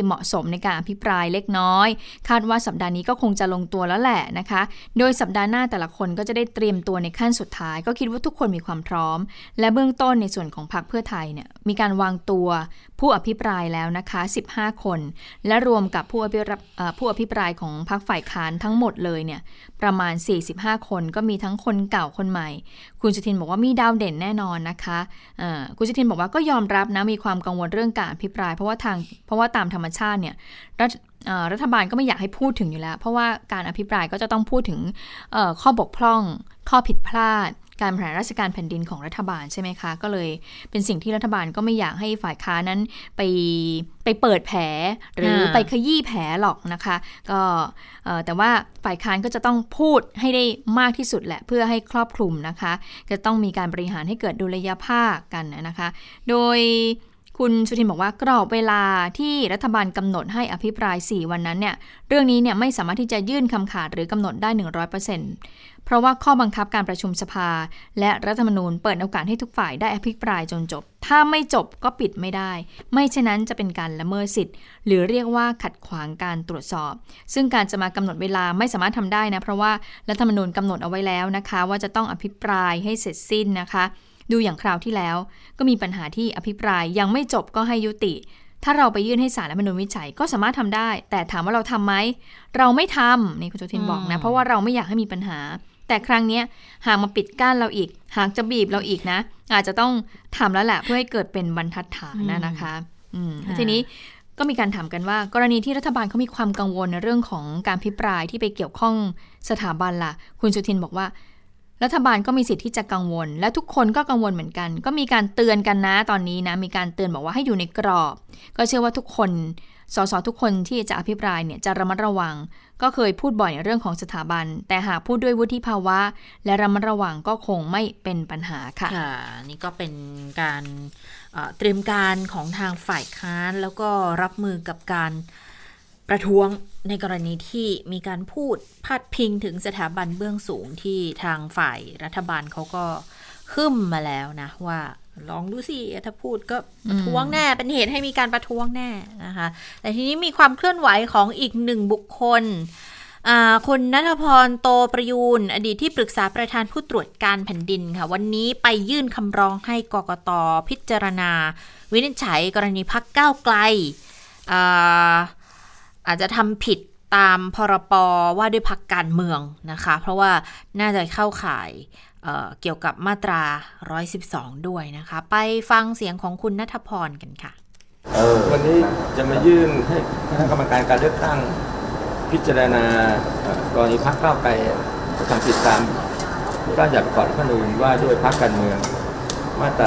เหมาะสมในการอภิปรายเล็กน้อยคาดว่าสัปดาห์นี้ก็คงจะลงตัวแล้วแหละนะคะโดยสัปดาห์หน้าแต่ละคนก็จะได้เตรียมตัวในขั้นสุดท้ายก็คิดว่าทุกคนมีความพร้อมและเบื้องต้นในส่วนของพรรคเพื่อไทยเนี่ยมีการวางตัวผู้อภิปรายแล้วนะคะ15คนและรวมกับผู้อภิปรายของพรรคฝ่ายค้านทั้งหมดเลยเนี่ยประมาณ45คนก็มีทั้งคนเก่าคนใหม่คุณสุทินบอกว่ามีดาวเด่นแน่นอนนะคะคุณสุทินบอกว่าก็ยอมรับนะมีความกังวลเรื่องการอภิปรายเพราะว่าตามธรรมชาติเนี่ยรัฐบาลก็ไม่อยากให้พูดถึงอยู่แล้วเพราะว่าการอภิปรายก็จะต้องพูดถึงข้อบกพร่องข้อผิดพลาดการบริหารราชการแผ่นดินของรัฐบาลใช่ไหมคะก็เลยเป็นสิ่งที่รัฐบาลก็ไม่อยากให้ฝ่ายค้านนั้นไปเปิดแผลหรือไปขยี้แผลหรอกนะคะก็แต่ว่าฝ่ายค้านก็จะต้องพูดให้ได้มากที่สุดแหละเพื่อให้ครอบคลุมนะคะจะต้องมีการบริหารให้เกิดดุลยภาคกันนะคะโดยคุณสุทินบอกว่ากรอบเวลาที่รัฐบาลกำหนดให้อภิปราย4วันนั้นเนี่ยเรื่องนี้เนี่ยไม่สามารถที่จะยื่นคำขาดหรือกำหนดได้ 100%เพราะว่าข้อบังคับการประชุมสภาและรัฐธรรมนูญเปิดโอกาสให้ทุกฝ่ายได้อภิปรายจนจบถ้าไม่จบก็ปิดไม่ได้ไม่เช่นนั้นจะเป็นการละเมิดสิทธิ์หรือเรียกว่าขัดขวางการตรวจสอบซึ่งการจะมากำหนดเวลาไม่สามารถทำได้นะเพราะว่ารัฐธรรมนูญกำหนดเอาไว้แล้วนะคะว่าจะต้องอภิปรายให้เสร็จสิ้นนะคะดูอย่างคราวที่แล้วก็มีปัญหาที่อภิปรายยังไม่จบก็ให้ยุติถ้าเราไปยื่นให้ศาลรัฐธรรมนูญวินิจฉัยก็สามารถทำได้แต่ถามว่าเราทำไหมเราไม่ทำนี่คุณสุทินบอกนะเพราะว่าเราไม่อยากให้มีปัญหาแต่ครั้งนี้หากมาปิดกั้นเราอีกหากจะบีบเราอีกนะอาจจะต้องทำแล้วแหละเพื่อให้เกิดเป็นบรรทัดฐานนะคะทีนี้ก็มีการถามกันว่ากรณีที่รัฐบาลเขามีความกังวลในเรื่องของการอภิปรายที่ไปเกี่ยวข้องสถาบันล่ะคุณสุทินบอกว่ารัฐบาลก็มีสิทธิ์ที่จะกังวลและทุกคนก็กังวลเหมือนกันก็มีการเตือนกันนะตอนนี้นะมีการเตือนบอกว่าให้อยู่ในกรอบก็เชื่อว่าทุกคนสสทุกคนที่จะอภิปรายเนี่ยจะระมัดระวังก็เคยพูดบ่อยในเรื่องของสถาบันแต่หากพูดด้วยวุฒิภาวะและระมัดระวังก็คงไม่เป็นปัญหาค่ะนี่ก็เป็นการเตรียมการของทางฝ่ายค้านแล้วก็รับมือกับการประท้วงในกรณีที่มีการพูดพาดพิงถึงสถาบันเบื้องสูงที่ทางฝ่ายรัฐบาลเขาก็ขึ้นมาแล้วนะว่าลองดูสิถ้าพูดก็ประท้วงแน่เป็นเหตุให้มีการประท้วงแน่นะคะแต่ทีนี้มีความเคลื่อนไหวของอีกหนึ่งบุคคลคุณณัฐพรโตประยูรอดีตที่ปรึกษาประธานผู้ตรวจการแผ่นดินค่ะวันนี้ไปยื่นคำร้องให้กกต.พิจารณาวินิจฉัยกรณีพรรคก้าวไกลอาจจะทำผิดตามพรบ.ว่าด้วยพรรคการเมืองนะคะเพราะว่าน่าจะเข้าข่ายเกี่ยวกับมาตรา112ด้วยนะคะไปฟังเสียงของคุณณัฐพรกันค่ะวันนี้จะมายื่นให้คณะกรรมการการเลือกตั้งพิจารณากรณีพรรคก้าวไกลทำผิดตามพระราชบัญญัติรัฐธรรมนูญว่าด้วยพรรคการเมืองมาตรา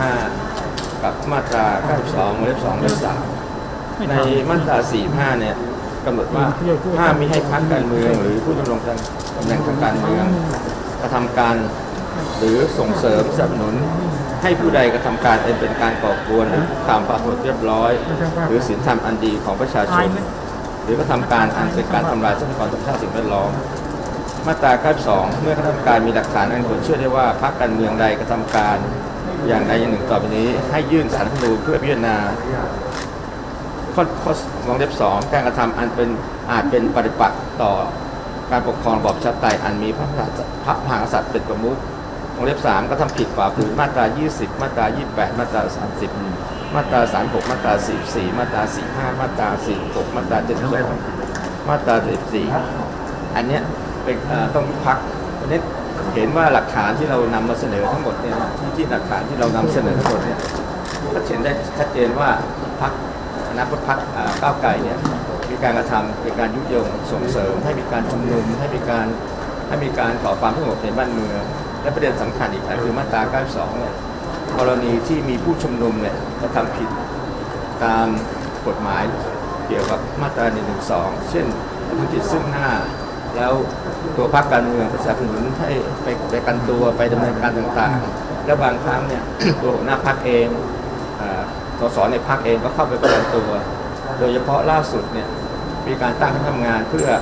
45กับมาตรา92วงเล็บ2วงเล็บ3ในมาตรา45เนี่ยกำหนดว่าห้ามมิให้พรรคการเมืองหรือผู้ดำรงตำแหน่งทางการเมืองกระทำการหรือส่งเสริมสนับสนุนให้ผู้ใดกระทำการเป็นการก่อกวนหรือคุกคามความสงบเรียบร้อยหรือศีลธรรมอันดีของประชาชนหรือกระทำการอันเป็นการทำลายทรัพยากรธรรมชาติสิ่งแวดล้อมมาตรา92เมื่อกระทำการมีหลักฐานอันควรเชื่อได้ว่าพรรคการเมืองใดกระทำการอย่างใดอย่างหนึ่งต่อไปนี้ให้ยื่นศาลรัฐธรรมนูญเพื่อพิจารณาข้อวงเล็บ2การกระทำอันเป็นอาจเป็นปฏิปักษ์ต่อการปกครองระบอบประชาธิปไตยอันมีพระมหากษัตริย์เป็นประมุขวงเล็บ3ก็ทำผิดฝ่าฝืนมาตรา20มาตรา28มาตรา30มาตรา36มาตรา44มาตรา45มาตรา46มาตรา72มาตรา74อันเนี้ยเป็นต้องยุบพรรควันนี้เห็นว่าหลักฐานที่เรานำมาเสนอทั้งหมดเนี่ยที่หลักฐานที่เรานำเสนอทั้งหมดเนี่ยก็เห็นได้ชัดเจนว่าพรรคอนาคตพรรคก้าวไกลเนี่ยมีการกระทำเป็นการยุยงส่งเสริมให้มีการชุมนุมให้มีการก่อความสงบในบ้านเมืองและประเด็นสำคัญอีกอันคือมาตรา92เนี่ยกรณีที่มีผู้ชุมนุมเนี่ยกระทำผิดตามกฎหมายเกี่ยวกับมาตรา112เช่นกระทำผิดซึ่งหน้าแล้วตัวพรรคการเมืองสนับสนุนให้ไปกันตัวไปดำเนินการต่างๆแล้วบางครั้งเนี่ยตัวหัวหน้าพรรคเองสสในพรรคเองก็เข้าไปประกันตัวโดยเฉพาะล่าสุดเนี่ยมีการตั้งคณะทำงานเพื่อ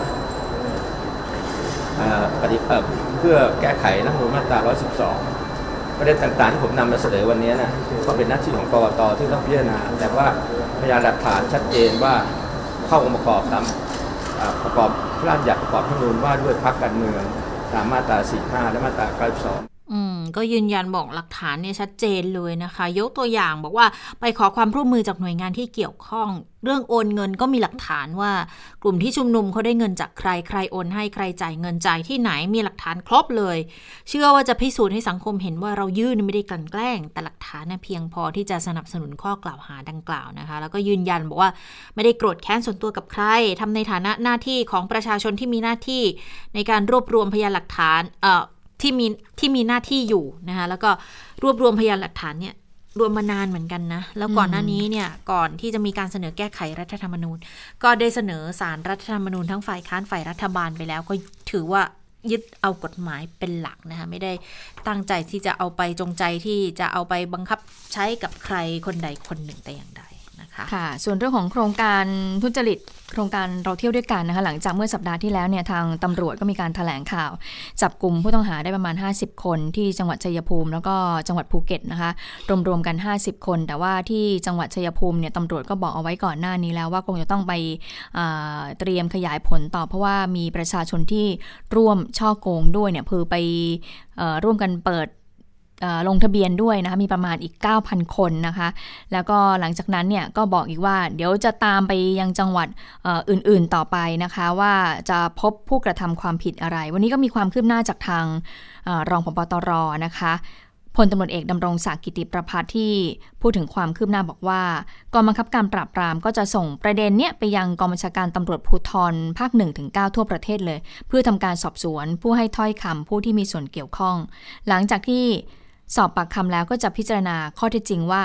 แก้ไขรัฐธรรมนูญมาตรา112ประเด็นต่างๆที่ผมนำมาเสนอวันนี้นะก็เป็นหน้าที่ของกกต.ที่ต้องพิจารณาแต่ว่าพยานหลักฐานชัดเจนว่าเข้าองค์ประกอบตามประกอบพระราชบัญญัติประกอบรัฐธรรมนูญว่าด้วยพรรคการเมืองตามมาตรา45และมาตรา92 ก็ยืนยันบอกหลักฐานเนี่ยชัดเจนเลยนะคะยกตัวอย่างบอกว่าไปขอความร่วมมือจากหน่วยงานที่เกี่ยวข้องเรื่องโอนเงินก็มีหลักฐานว่ากลุ่มที่ชุมนุมเขาได้เงินจากใครใครโอนให้ใครจ่ายเงินจ่ายที่ไหนมีหลักฐานครบเลยเชื่อว่าจะพิสูจน์ให้สังคมเห็นว่าเรายื่นไม่ได้กลั่นแกล้งแต่หลักฐานเพียงพอที่จะสนับสนุนข้อกล่าวหาดังกล่าวนะคะแล้วก็ยืนยันบอกว่าไม่ได้โกรธแค้นส่วนตัวกับใครทำในฐานะหน้าที่ของประชาชนที่มีหน้าที่ในการรวบรวมพยานหลักฐานที่มีหน้าที่อยู่นะคะแล้วก็รวบรวมพยานหลักฐานเนี่ยรวมมานานเหมือนกันนะแล้วก่อนหน้านี้เนี่ยก่อนที่จะมีการเสนอแก้ไขรัฐธรรมนูญก็ได้เสนอศาลรัฐธรรมนูญทั้งฝ่ายค้านฝ่ายรัฐบาลไปแล้วก็ถือว่ายึดเอากฎหมายเป็นหลักนะคะไม่ได้ตั้งใจที่จะเอาไปจงใจที่จะเอาไปบังคับใช้กับใครคนใดคนหนึ่งแต่อย่างใดค่ะส่วนเรื่องของโครงการทุจริตโครงการเราเที่ยวด้วยกันนะคะหลังจากเมื่อสัปดาห์ที่แล้วเนี่ยทางตำรวจก็มีการแถลงข่าวจับกลุ่มผู้ต้องหาได้ประมาณ50คนที่จังหวัดชัยภูมิแล้วก็จังหวัดภูเก็ตนะคะรวมๆกัน50คนแต่ว่าที่จังหวัดชัยภูมิเนี่ยตำรวจก็บอกเอาไว้ก่อนหน้านี้แล้วว่าคงจะต้องไปเตรียมขยายผลต่อเพราะว่ามีประชาชนที่ร่วมช่อโกงด้วยเนี่ยคือไปร่วมกันเปิดลงทะเบียนด้วยนะคะมีประมาณอีก 9,000 คนนะคะแล้วก็หลังจากนั้นเนี่ยก็บอกอีกว่าเดี๋ยวจะตามไปยังจังหวัดอื่นๆต่อไปนะคะว่าจะพบผู้กระทำความผิดอะไรวันนี้ก็มีความคืบหน้าจากทางรองผบ.ตร.นะคะพลตำรวจเอกดำรงศักดิ์กิติประภัสที่พูดถึงความคืบหน้าบอกว่ากองบังคับการปราบปรามก็จะส่งประเด็นเนี้ยไปยังกองบัญชาการตำรวจภูธรภาค 1-9 ทั่วประเทศเลยเพื่อทำการสอบสวนผู้ให้ถ้อยคำผู้ที่มีส่วนเกี่ยวข้องหลังจากที่สอบปากคำแล้วก็จะพิจารณาข้อเท็จจริงว่า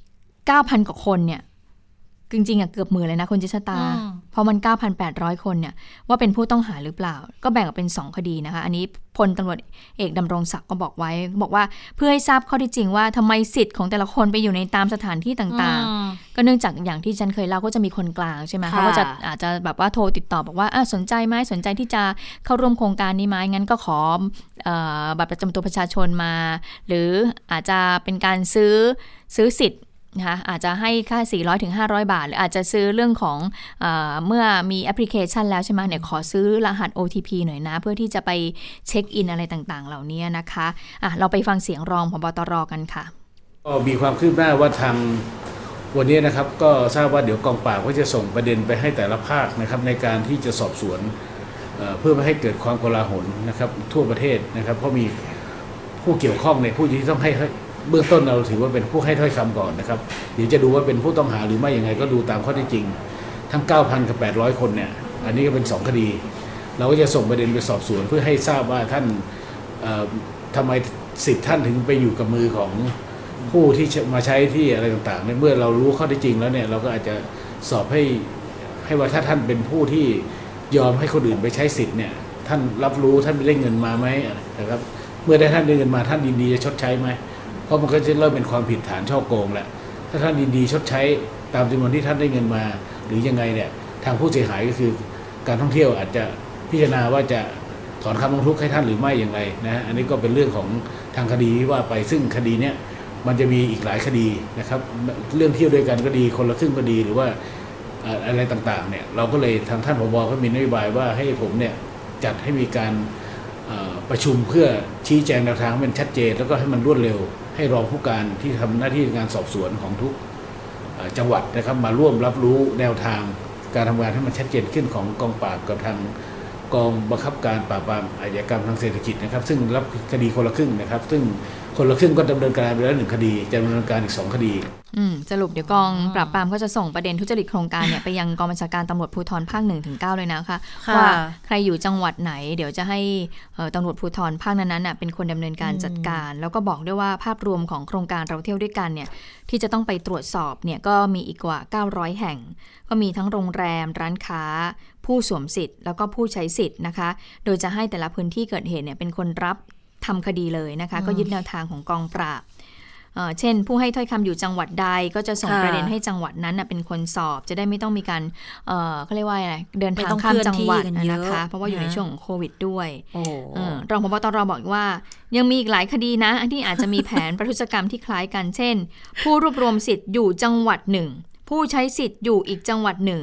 9,000 กว่าคนเนี่ยจริงๆเกือบหมื่นเลยนะคุณจิชตาเพราะมัน 9,800 คนเนี่ยว่าเป็นผู้ต้องหาหรือเปล่าก็แบ่งออกเป็น2คดีนะคะอันนี้พลตำรวจเอกดำรงศักดิ์ก็บอกไว้บอกว่าเพื่อให้ทราบข้อเท็จจริงว่าทำไมสิทธิ์ของแต่ละคนไปอยู่ในตามสถานที่ต่างๆก็เนื่องจากอย่างที่ฉันเคยเล่าก็จะมีคนกลางใช่ไหมเขาก็จะอาจจะแบบว่าโทรติดต่อบอกว่าสนใจไหมสนใจที่จะเข้าร่วมโครงการนี้ไหมงั้นก็ขอบัตรประจำตัวประชาชนมาหรืออาจจะเป็นการซื้อสิทธิ์นะคะอาจจะให้ค่า400 ถึง 500 บาทหรืออาจจะซื้อเรื่องของเมื่อมีแอปพลิเคชันแล้วใช่ไหมเนี่ยขอซื้อรหัส OTP หน่อยนะเพื่อที่จะไปเช็คอินอะไรต่างๆเหล่านี้นะคะเราไปฟังเสียงรองผบ.ตร.กันค่ะก็มีความคืบหน้าว่าทางวันนี้นะครับก็ทราบว่าเดี๋ยวกองปราบก็จะส่งประเด็นไปให้แต่ละภาคนะครับในการที่จะสอบสวนเพื่อไม่ให้เกิดความโกลาหลนะครับทั่วประเทศนะครับเพราะมีผู้เกี่ยวข้องในผู้ที่ต้องให้เบื้องต้นเราถือว่าเป็นผู้ให้ถ้อยคำก่อนนะครับเดี๋ยวจะดูว่าเป็นผู้ต้องหาหรือไม่ยังไงก็ดูตามข้อเท็จจริงทั้ง 9,000 กับ 800 คนเนี่ยอันนี้ก็เป็น2คดีเราก็จะส่งประเด็นไปสอบสวนเพื่อให้ทราบว่าท่านทำไมสิทธิ์ท่านถึงไปอยู่กับมือของผู้ที่มาใช้ที่อะไรต่างๆเมื่อเรารู้ข้อเท็จจริงแล้วเนี่ยเราก็อาจจะสอบให้ว่าถ้าท่านเป็นผู้ที่ยอมให้คนอื่นไปใช้สิทธิ์เนี่ยท่านรับรู้ท่านได้เงินมาไหมนะครับเมื่อได้ท่านได้เงินมาท่านยินดีจะชดใช้ไหมเพราะมันก็จะเริ่มเป็นความผิดฐานฉ้อโกงแหละถ้าท่านดีชดใช้ตามจำนวนที่ท่านได้เงินมาหรือยังไงเนี่ยทางผู้เสียหายก็คือการท่องเที่ยวอาจจะพิจารณาว่าจะถอนคำร้องทุกข์ให้ท่านหรือไม่อย่างไรนะอันนี้ก็เป็นเรื่องของทางคดีที่ว่าไปซึ่งคดีเนี้ยมันจะมีอีกหลายคดีนะครับเรื่องเที่ยวด้วยกันก็ดีคนละครึ่งก็ดีหรือว่าอะไรต่างๆเนี่ยเราก็เลยทางท่านผบ.ก็มีนโยบายว่าให้ผมเนี่ยจัดให้มีการประชุมเพื่อชี้แจงแนวทางให้มันชัดเจนแล้วก็ให้มันรวดเร็วให้รองผู้การที่ทำหน้าที่งานสอบสวนของทุกจังหวัดนะครับมาร่วมรับรู้แนวทางการทำงานให้มันชัดเจนขึ้นของกองปราบกับทางกองบังคับการปราบปรามอาชญากรรมทางเศรษฐกิจนะครับซึ่งรับคดีคนละครึ่งนะครับซึ่งคนละครึ่งก็ดำเนินการไปแล้ว1คดีจะดำเนินการอีก2คดีสรุปเดี๋ยวกองปราบปรามก็จะส่งประเด็นทุจริตโครงการเนี่ยไปยังกองบัญชาการตำรวจภูธรภาค 1-9 เลยนะคะว่าใครอยู่จังหวัดไหนเดี๋ยวจะให้ตำรวจภูธรภาคนั้นๆเป็นคนดำเนินการจัดการแล้วก็บอกด้วยว่าภาพรวมของโครงการเราเที่ยวด้วยกันเนี่ยที่จะต้องไปตรวจสอบเนี่ยก็มีอีกกว่า900แห่งก็มีทั้งโรงแรมร้านค้าผู้สวมสิทธิ์แล้วก็ผู้ใช้สิทธิ์นะคะโดยจะให้แต่ละพื้นที่เกิดเหตุเนี่ยเป็นคนรับทำคดีเลยนะคะก็ยึดแนวทางของกองปราบเช่นผู้ให้ถ้อยคำอยู่จังหวัดใดก็จะส่งประเด็นให้จังหวัดนั้นเป็นคนสอบจะได้ไม่ต้องมีการเขาเรียกว่าอะไรเดินทางข้ามจังหวัดนะคะเพราะว่าอยู่ในช่วงของโควิดด้วยรองผบ.ตร.บอกว่ายังมีอีกหลายคดีนะที่อาจจะมีแผนประทุษกรรมที่คล้ายกันเช่นผู้รวบรวมสิทธิ์อยู่จังหวัดหนึ่งผู้ใช้สิทธิ์อยู่อีกจังหวัดหนึ่ง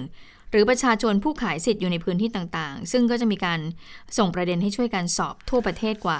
หรือประชาชนผู้ขายสิทธิ์อยู่ในพื้นที่ต่างๆซึ่งก็จะมีการส่งประเด็นให้ช่วยกันสอบทั่วประเทศกว่า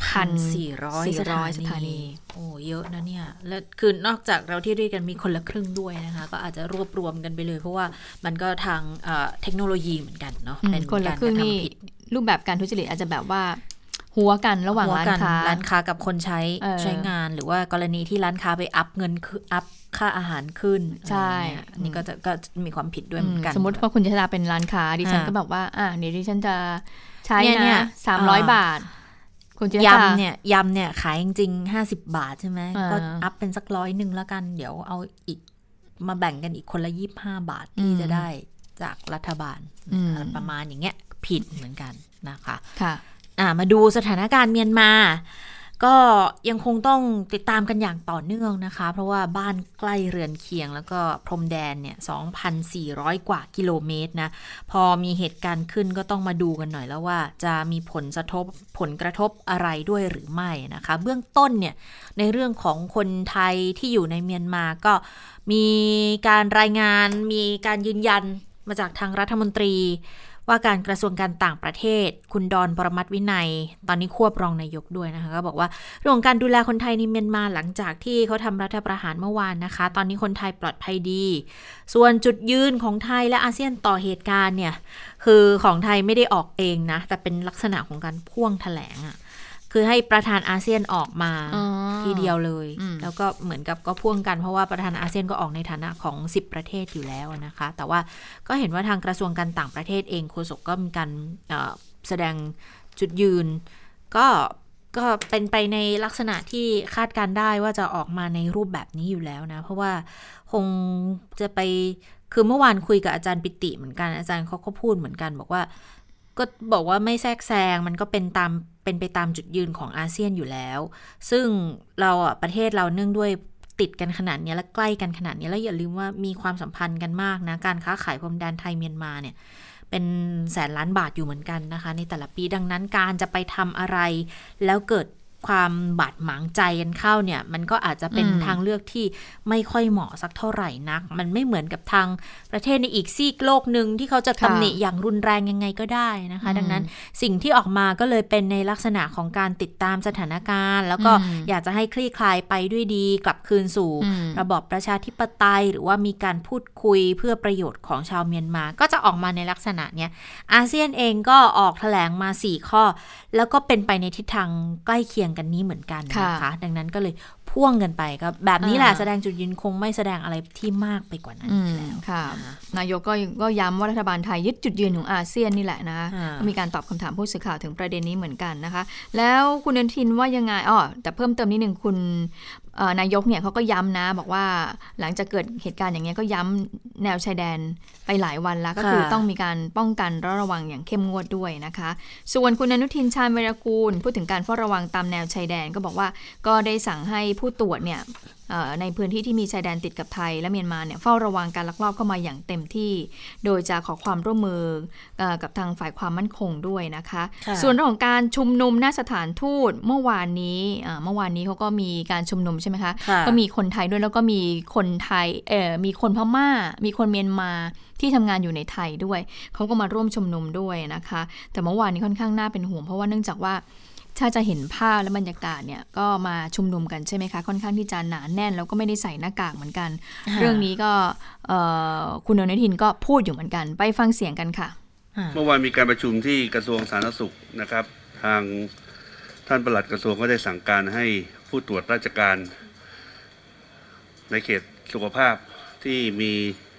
1,400 สถานีโอ้เยอะนะเนี่ยและคือนอกจากเราที่เรียกกันมีคนละครึ่งด้วยนะคะก็อาจจะรวบรวมกันไปเลยเพราะว่ามันก็ทางเทคโนโลยีเหมือนกันเนาะเป็นคนละครึ่งนี่รูปแบบการทุจริตอาจจะแบบว่าหัวกันระหว่างร้านค้ากับคนใช้งานหรือว่ากรณีที่ร้านค้าไปอัพเงินอัพค่าอาหารขึ้นใช่นี่ก็มีความผิดด้วยเหมือนกันสมมติว่าคุณชลาเป็นร้านค้าดิฉันก็บอกว่าเดี๋ยวดิฉันจะใช้นะ300 บาทคุณยำเนี่ยขายจริงๆ50 บาทใช่ไหมก็อัพเป็นสัก100แล้วกันเดี๋ยวเอาอีกมาแบ่งกันอีกคนละ25 บาทที่จะได้จากรัฐบาลประมาณอย่างเงี้ยผิดเหมือนกันนะคะมาดูสถานการณ์เมียนมาก็ยังคงต้องติดตามกันอย่างต่อเนื่องนะคะเพราะว่าบ้านใกล้เรือนเคียงแล้วก็พรมแดนเนี่ย 2,400 กว่ากิโลเมตรนะพอมีเหตุการณ์ขึ้นก็ต้องมาดูกันหน่อยแล้วว่าจะมีผลกระทบอะไรด้วยหรือไม่นะคะเบื้องต้นเนี่ยในเรื่องของคนไทยที่อยู่ในเมียนมาก็มีการรายงานมีการยืนยันมาจากทางรัฐมนตรีว่าการกระทรวงการต่างประเทศคุณดอนปรมัตถ์วินัยตอนนี้ควบรองนายกด้วยนะคะก็บอกว่าเรื่องของการดูแลคนไทยในเมียนมาหลังจากที่เขาทำรัฐประหารเมื่อวานนะคะตอนนี้คนไทยปลอดภัยดีส่วนจุดยืนของไทยและอาเซียนต่อเหตุการณ์เนี่ยคือของไทยไม่ได้ออกเองนะแต่เป็นลักษณะของการพ่วงแถลงอ่ะคือให้ประธานอาเซียนออกมาทีเดียวเลยแล้วก็เหมือนกับก็พ่วงกันเพราะว่าประธานอาเซียนก็ออกในฐานะของ10ประเทศอยู่แล้วนะคะแต่ว่าก็เห็นว่าทางกระทรวงการต่างประเทศเองโฆษกก็มีการแสดงจุดยืนก็เป็นไปในลักษณะที่คาดการได้ว่าจะออกมาในรูปแบบนี้อยู่แล้วนะเพราะว่าคงจะไปคือเมื่อวานคุยกับอาจารย์ปิติเหมือนกันอาจารย์เขาก็พูดเหมือนกันบอกว่าไม่แทรกแซงมันก็เป็นไปตามจุดยืนของอาเซียนอยู่แล้วซึ่งเราประเทศเราเนื่องด้วยติดกันขนาดนี้และใกล้กันขนาดนี้แล้วอย่าลืมว่ามีความสัมพันธ์กันมากนะการค้าขายพรมแดนไทยเมียนมาเนี่ยเป็นแสนล้านบาทอยู่เหมือนกันนะคะในแต่ละปีดังนั้นการจะไปทำอะไรแล้วเกิดความบาดหมางใจกันเข้าเนี่ยมันก็อาจจะเป็นทางเลือกที่ไม่ค่อยเหมาะสักเท่าไหร่นักมันไม่เหมือนกับทางประเทศในอีกซีกโลกนึงที่เขาจะตำหนิอย่างรุนแรงยังไงก็ได้นะคะดังนั้นสิ่งที่ออกมาก็เลยเป็นในลักษณะของการติดตามสถานการณ์แล้วก็อยากจะให้คลี่คลายไปด้วยดีกลับคืนสู่ระบอบประชาธิปไตยหรือว่ามีการพูดคุยเพื่อประโยชน์ของชาวเมียนมาก็จะออกมาในลักษณะเนี้ยอาเซียนเองก็ออกแถลงมา4ข้อแล้วก็เป็นไปในทิศทางใกล้เคียงกันนี้เหมือนกันนะคะดังนั้นก็เลยพ่วงกันไปก็แบบนี้แหละแสดงจุดยืนคงไม่แสดงอะไรที่มากไปกว่านั้นแล้วค่ะนายกก็ย้ำว่ารัฐบาลไทยยึดจุดยืนของอาเซียนนี่แหละนะก็มีการตอบคำถามผู้สื่อข่าวถึงประเด็นนี้เหมือนกันนะคะแล้วคุณอนุทินว่ายังไงแต่เพิ่มเติมนิดนึงคุณนายกเนี่ยเขาก็ย้ำนะบอกว่าหลังจากเกิดเหตุการณ์อย่างเงี้ยก็ย้ำแนวชายแดนไปหลายวันแล้วก็คือต้องมีการป้องกันระวังอย่างเข้มงวดด้วยนะคะส่วนคุณอนุทินชาญวีรกูลพูดถึงการเฝ้าระวังตามแนวชายแดนก็บอกว่าก็ได้สั่งให้ผู้ตรวจเนี่ยในพื้นที่ที่มีชายแดนติดกับไทยและเมียนมาเนี่ยเฝ้าระวังการลักลอบเข้ามาอย่างเต็มที่โดยจะขอความร่วมมือกับทางฝ่ายความมั่นคงด้วยนะคะส่วนเรื่องของการชุมนุมหน้าสถานทูตเมื่อวานนี้เขาก็มีการชุมนุมใช่ไหมคะก็มีคนไทยด้วยแล้วก็มีคนไทยมีคนพม่ามีคนเมียนมาที่ทำงานอยู่ในไทยด้วยเขาก็มาร่วมชุมนุมด้วยนะคะแต่เมื่อวานนี้ค่อนข้างน่าเป็นห่วงเพราะว่าเนื่องจากว่าถ้าจะเห็นภาพและบรรยากาศเนี่ยก็มาชุมนุมกันใช่ไหมคะค่อนข้างที่จะหนาแน่นแล้วก็ไม่ได้ใส่หน้ากากเหมือนกันเรื่องนี้ก็คุณอนุทินก็พูดอยู่เหมือนกันไปฟังเสียงกันค่ะเมื่อวานมีการประชุมที่กระทรวงสาธารณสุขนะครับทางท่านปลัดกระทรวงก็ได้สั่งการให้ผู้ตรวจราชการในเขตสุขภาพที่มี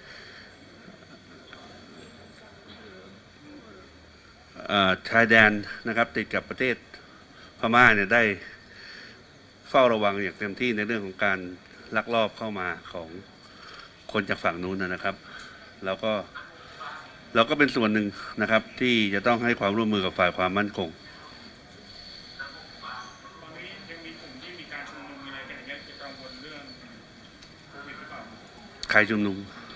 ชายแดนนะครับติดกับประเทศพม่าเนี่ยได้เฝ้าระวังอย่างเต็มที่ในเรื่องของการลักลอบเข้ามาของคนจากฝั่งนู้นนะครับเราก็เป็นส่วนหนึ่งนะครับที่จะต้องให้ความร่วมมือกับฝ่ายความมั่นคงใครชุมนุม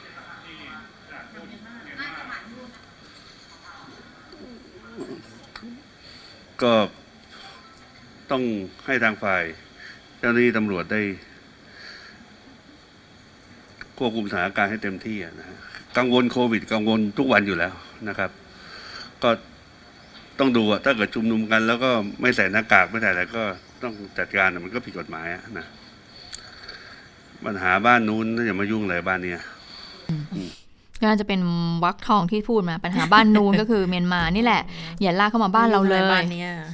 ก็ต้องให้ทางฝ่ายเจ้าหน้าที่ตำรวจได้ควบคุมสถานการณ์ให้เต็มที่นะฮะกังวลโควิดกังวลทุกวันอยู่แล้วนะครับก็ต้องดูถ้าเกิดชุมนุมกันแล้วก็ไม่ใส่หน้ากากไม่ใส่อะไรก็ต้องจัดการมันก็ผิดกฎหมายนะปัญหาบ้านนู้นอย่ามายุ่งเลยบ้านเนี้ยน่าจะเป็นวรรคทองที่พูดมาปัญหาบ้านนู้นก็คือเมียนมานี่แหละอย่าลากเข้ามาบ้านเราเลยบ้านเนี้ย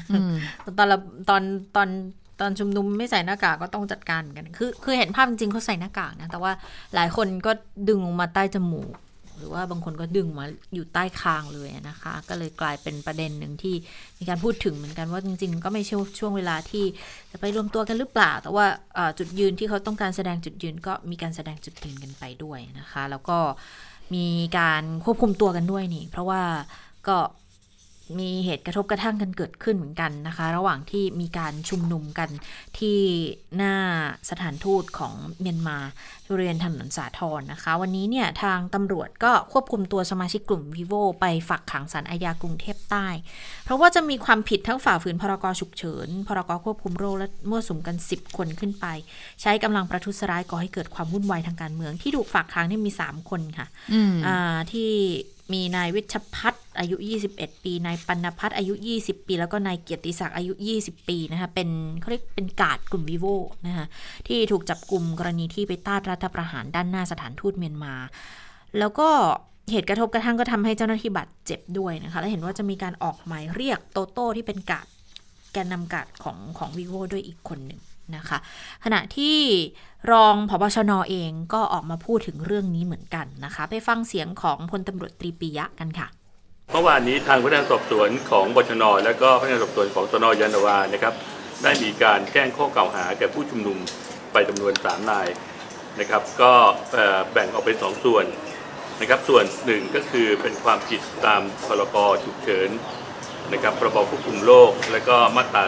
ตอนชุมนุมไม่ใส่หน้ากากก็ต้องจัดการกันคือเห็นภาพจริงๆเขาใส่หน้ากากนะแต่ว่าหลายคนก็ดึงลงมาใต้จมูกหรือว่าบางคนก็ดึงมาอยู่ใต้คางเลยนะคะก็เลยกลายเป็นประเด็นหนึ่งที่มีการพูดถึงเหมือนกันว่าจริงๆก็ไม่ใช่ช่วงเวลาที่จะไปรวมตัวกันหรือเปล่าแต่ว่าจุดยืนที่เขาต้องการแสดงจุดยืนก็มีการแสดงจุดยืนกันไปด้วยนะคะแล้วก็มีการควบคุมตัวกันด้วยนี่เพราะว่าก็มีเหตุกระทบกระทั่งกันเกิดขึ้นเหมือนกันนะคะระหว่างที่มีการชุมนุมกันที่หน้าสถานทูตของเมียนมาบริเวณถนนสาทรนะคะวันนี้เนี่ยทางตำรวจก็ควบคุมตัวสมาชิกกลุ่ม Vivo ไปฝากขังศาลอาญากรุงเทพใต้เพราะว่าจะมีความผิดทั้งฝ่าฝืนพรก.ฉุกเฉินพรก.ควบคุมโรคและมั่วสุมกัน10คนขึ้นไปใช้กำลังประทุษร้ายก่อให้เกิดความวุ่นวายทางการเมืองที่ถูกฝากขังนี่มี3คนค่ะที่มีนายวิชภัทรอายุ21ปีนายปัณพัฒน์อายุ20ปีแล้วก็นายเกียรติศักดิ์อายุ20ปีนะคะเป็นเขาเรียกเป็นกาดกลุ่ม Vivo นะคะที่ถูกจับกุมกรณีที่ไปต้านรัฐประหารด้านหน้าสถานทูตเมียนมาแล้วก็เหตุกระทบกระทั่งก็ทำให้เจ้าหน้าที่บาดเจ็บด้วยนะคะและเห็นว่าจะมีการออกหมายเรียกโตโต้ที่เป็นกาดแกนนำกาดของ Vivo ด้วยอีกคนหนึ่งนะคะขณะที่รองผบชน.เองก็ออกมาพูดถึงเรื่องนี้เหมือนกันนะคะไปฟังเสียงของพลตำรวจตรีปิยะกันค่ะเมื่อวานนี้ทางพนักงานสอบสวนของบชน.และก็พนักงานสอบสวนของสน.ยานนาวานะครับได้มีการแจ้งข้อกล่าวหาแก่ผู้ชุมนุมไปจำนวน3 นายนะครับก็แบ่งออกเป็น2 ส่วนนะครับส่วนหนึ่งก็คือเป็นความผิดตามพรก.ฉุกเฉินนะครับพรบ.ควบคุมโรคและก็มาตรา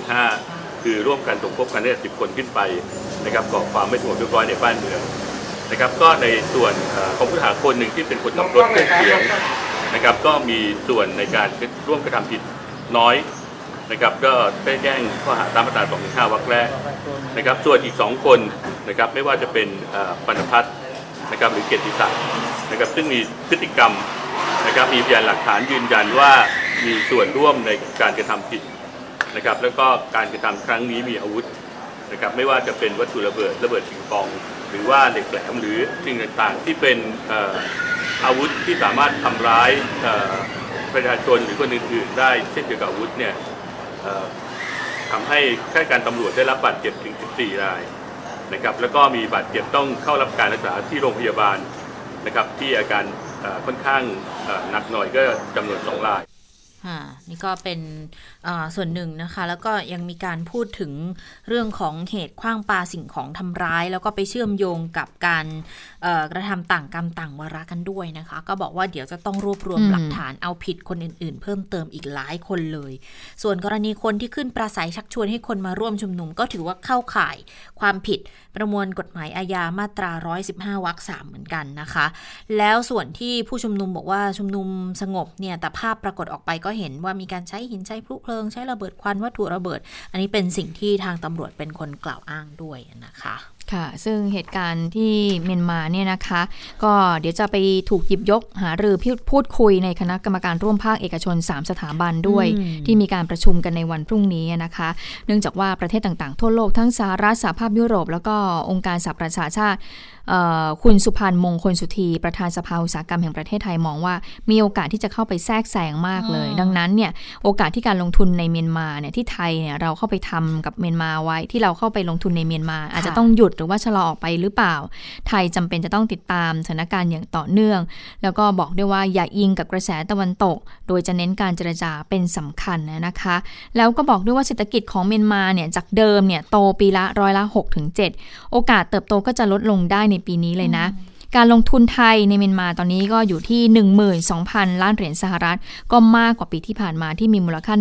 215คือร่วมกันสมคบกันได้10 คนขึ้นไปนะครับก่อความไม่สงบเรียบร้อยในบ้านเมืองนะครับก็ในส่วนของผู้ต้องหาคนหนึ่งที่เป็นคนขับรถเครื่องเสียงนะครับก็มีส่วนในการร่วมกระทำผิดน้อยนะครับก็ได้แจ้งข้อหาตามมาตรา215 วรรคแรกนะครับส่วนอีก2 คนนะครับไม่ว่าจะเป็นปัณพัฒน์นะครับหรือเกียรติศักดิ์นะครับซึ่งมีพฤติกรรมนะครับมีพยานหลักฐานยืนยันว่ามีส่วนร่วมในการกระทำผิดนะครับแล้วก็การกระทำครั้งนี้มีอาวุธนะครับไม่ว่าจะเป็นวัตถุระเบิดปิงปองหรือว่าเหล็กแหลมหรือสิ่งต่างๆที่เป็นอาวุธที่สามารถทำร้ายประชาชนหรือคนอื่นๆได้เช่นเดียวกับอาวุธเนี่ยทำให้ข้าราชการตำรวจได้รับบาดเจ็บถึง14 รายนะครับแล้วก็มีบาดเจ็บต้องเข้ารับการรักษาที่โรงพยาบาลนะครับที่อาการค่อนข้างหนักหน่อยก็จำนวน2 รายนี่ก็เป็นส่วนหนึ่งนะคะแล้วก็ยังมีการพูดถึงเรื่องของเหตุขว้างปาสิ่งของทำร้ายแล้วก็ไปเชื่อมโยงกับการกระทำต่างกรรมต่างวาระกันด้วยนะคะก็บอกว่าเดี๋ยวจะต้องรวบรวมหลักฐานเอาผิดคนอื่นๆเพิ่มเติมอีกหลายคนเลยส่วนกรณีคนที่ขึ้นปราศัยชักชวนให้คนมาร่วมชุมนุมก็ถือว่าเข้าข่ายความผิดประมวลกฎหมายอาญามาตรา115 วรรค 3เหมือนกันนะคะแล้วส่วนที่ผู้ชุมนุมบอกว่าชุมนุมสงบเนี่ยแต่ภาพปรากฏออกไปก็เห็นว่ามีการใช้หินใช้พลุเพลิงใช้ระเบิดควันวัตถุระเบิดอันนี้เป็นสิ่งที่ทางตำรวจเป็นคนกล่าวอ้างด้วยนะคะค่ะซึ่งเหตุการณ์ที่เมียนมาเนี่ยนะคะก็เดี๋ยวจะไปถูกหยิบยกหารือพูดคุยในคณะกรรมการร่วมภาคเอกชน3 สถาบันด้วยที่มีการประชุมกันในวันพรุ่งนี้นะคะเนื่องจากว่าประเทศต่างๆทั่วโลกทั้งสหรัฐสหภาพยุโรปแล้วก็องค์การสหประชาชาติคุณสุพันธ์มงคลสุธีประธานสภาอุตสาหกรรมแห่งประเทศไทยมองว่ามีโอกาสที่จะเข้าไปแทรกแซงมากเลยดังนั้นเนี่ยโอกาสที่การลงทุนในเมียนมาเนี่ยที่ไทยเนี่ยเราเข้าไปทำกับเมียนมาไว้ที่เราเข้าไปลงทุนในเมียนมาอาจจะต้องหยุดหรือว่าชะลอออกไปหรือเปล่าไทยจำเป็นจะต้องติดตามสถานการณ์อย่างต่อเนื่องแล้วก็บอกด้วยว่าอย่าอิงกับกระแสตะวันตกโดยจะเน้นการเจรจาเป็นสำคัญนะคะแล้วก็บอกด้วยว่าเศรษฐกิจของเมียนมาเนี่ยจากเดิมเนี่ยโตปีละ6-7%โอกาสเติบโตก็จะลดลงได้ในปีนี้เลยนะการลงทุนไทยในเมียนมาตอนนี้ก็อยู่ที่ 12,000 ล้านเหรียญสหรัฐก็มากกว่าปีที่ผ่านมาที่มีมูลค่า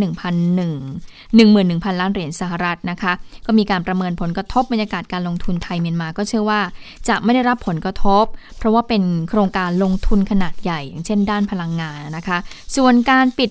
11,000 ล้านเหรียญสหรัฐนะคะก็มีการประเมินผลกระทบบรรยากาศการลงทุนไทยเมียนมาก็เชื่อว่าจะไม่ได้รับผลกระทบเพราะว่าเป็นโครงการลงทุนขนาดใหญ่อย่างเช่นด้านพลังงานนะคะส่วนการปิดช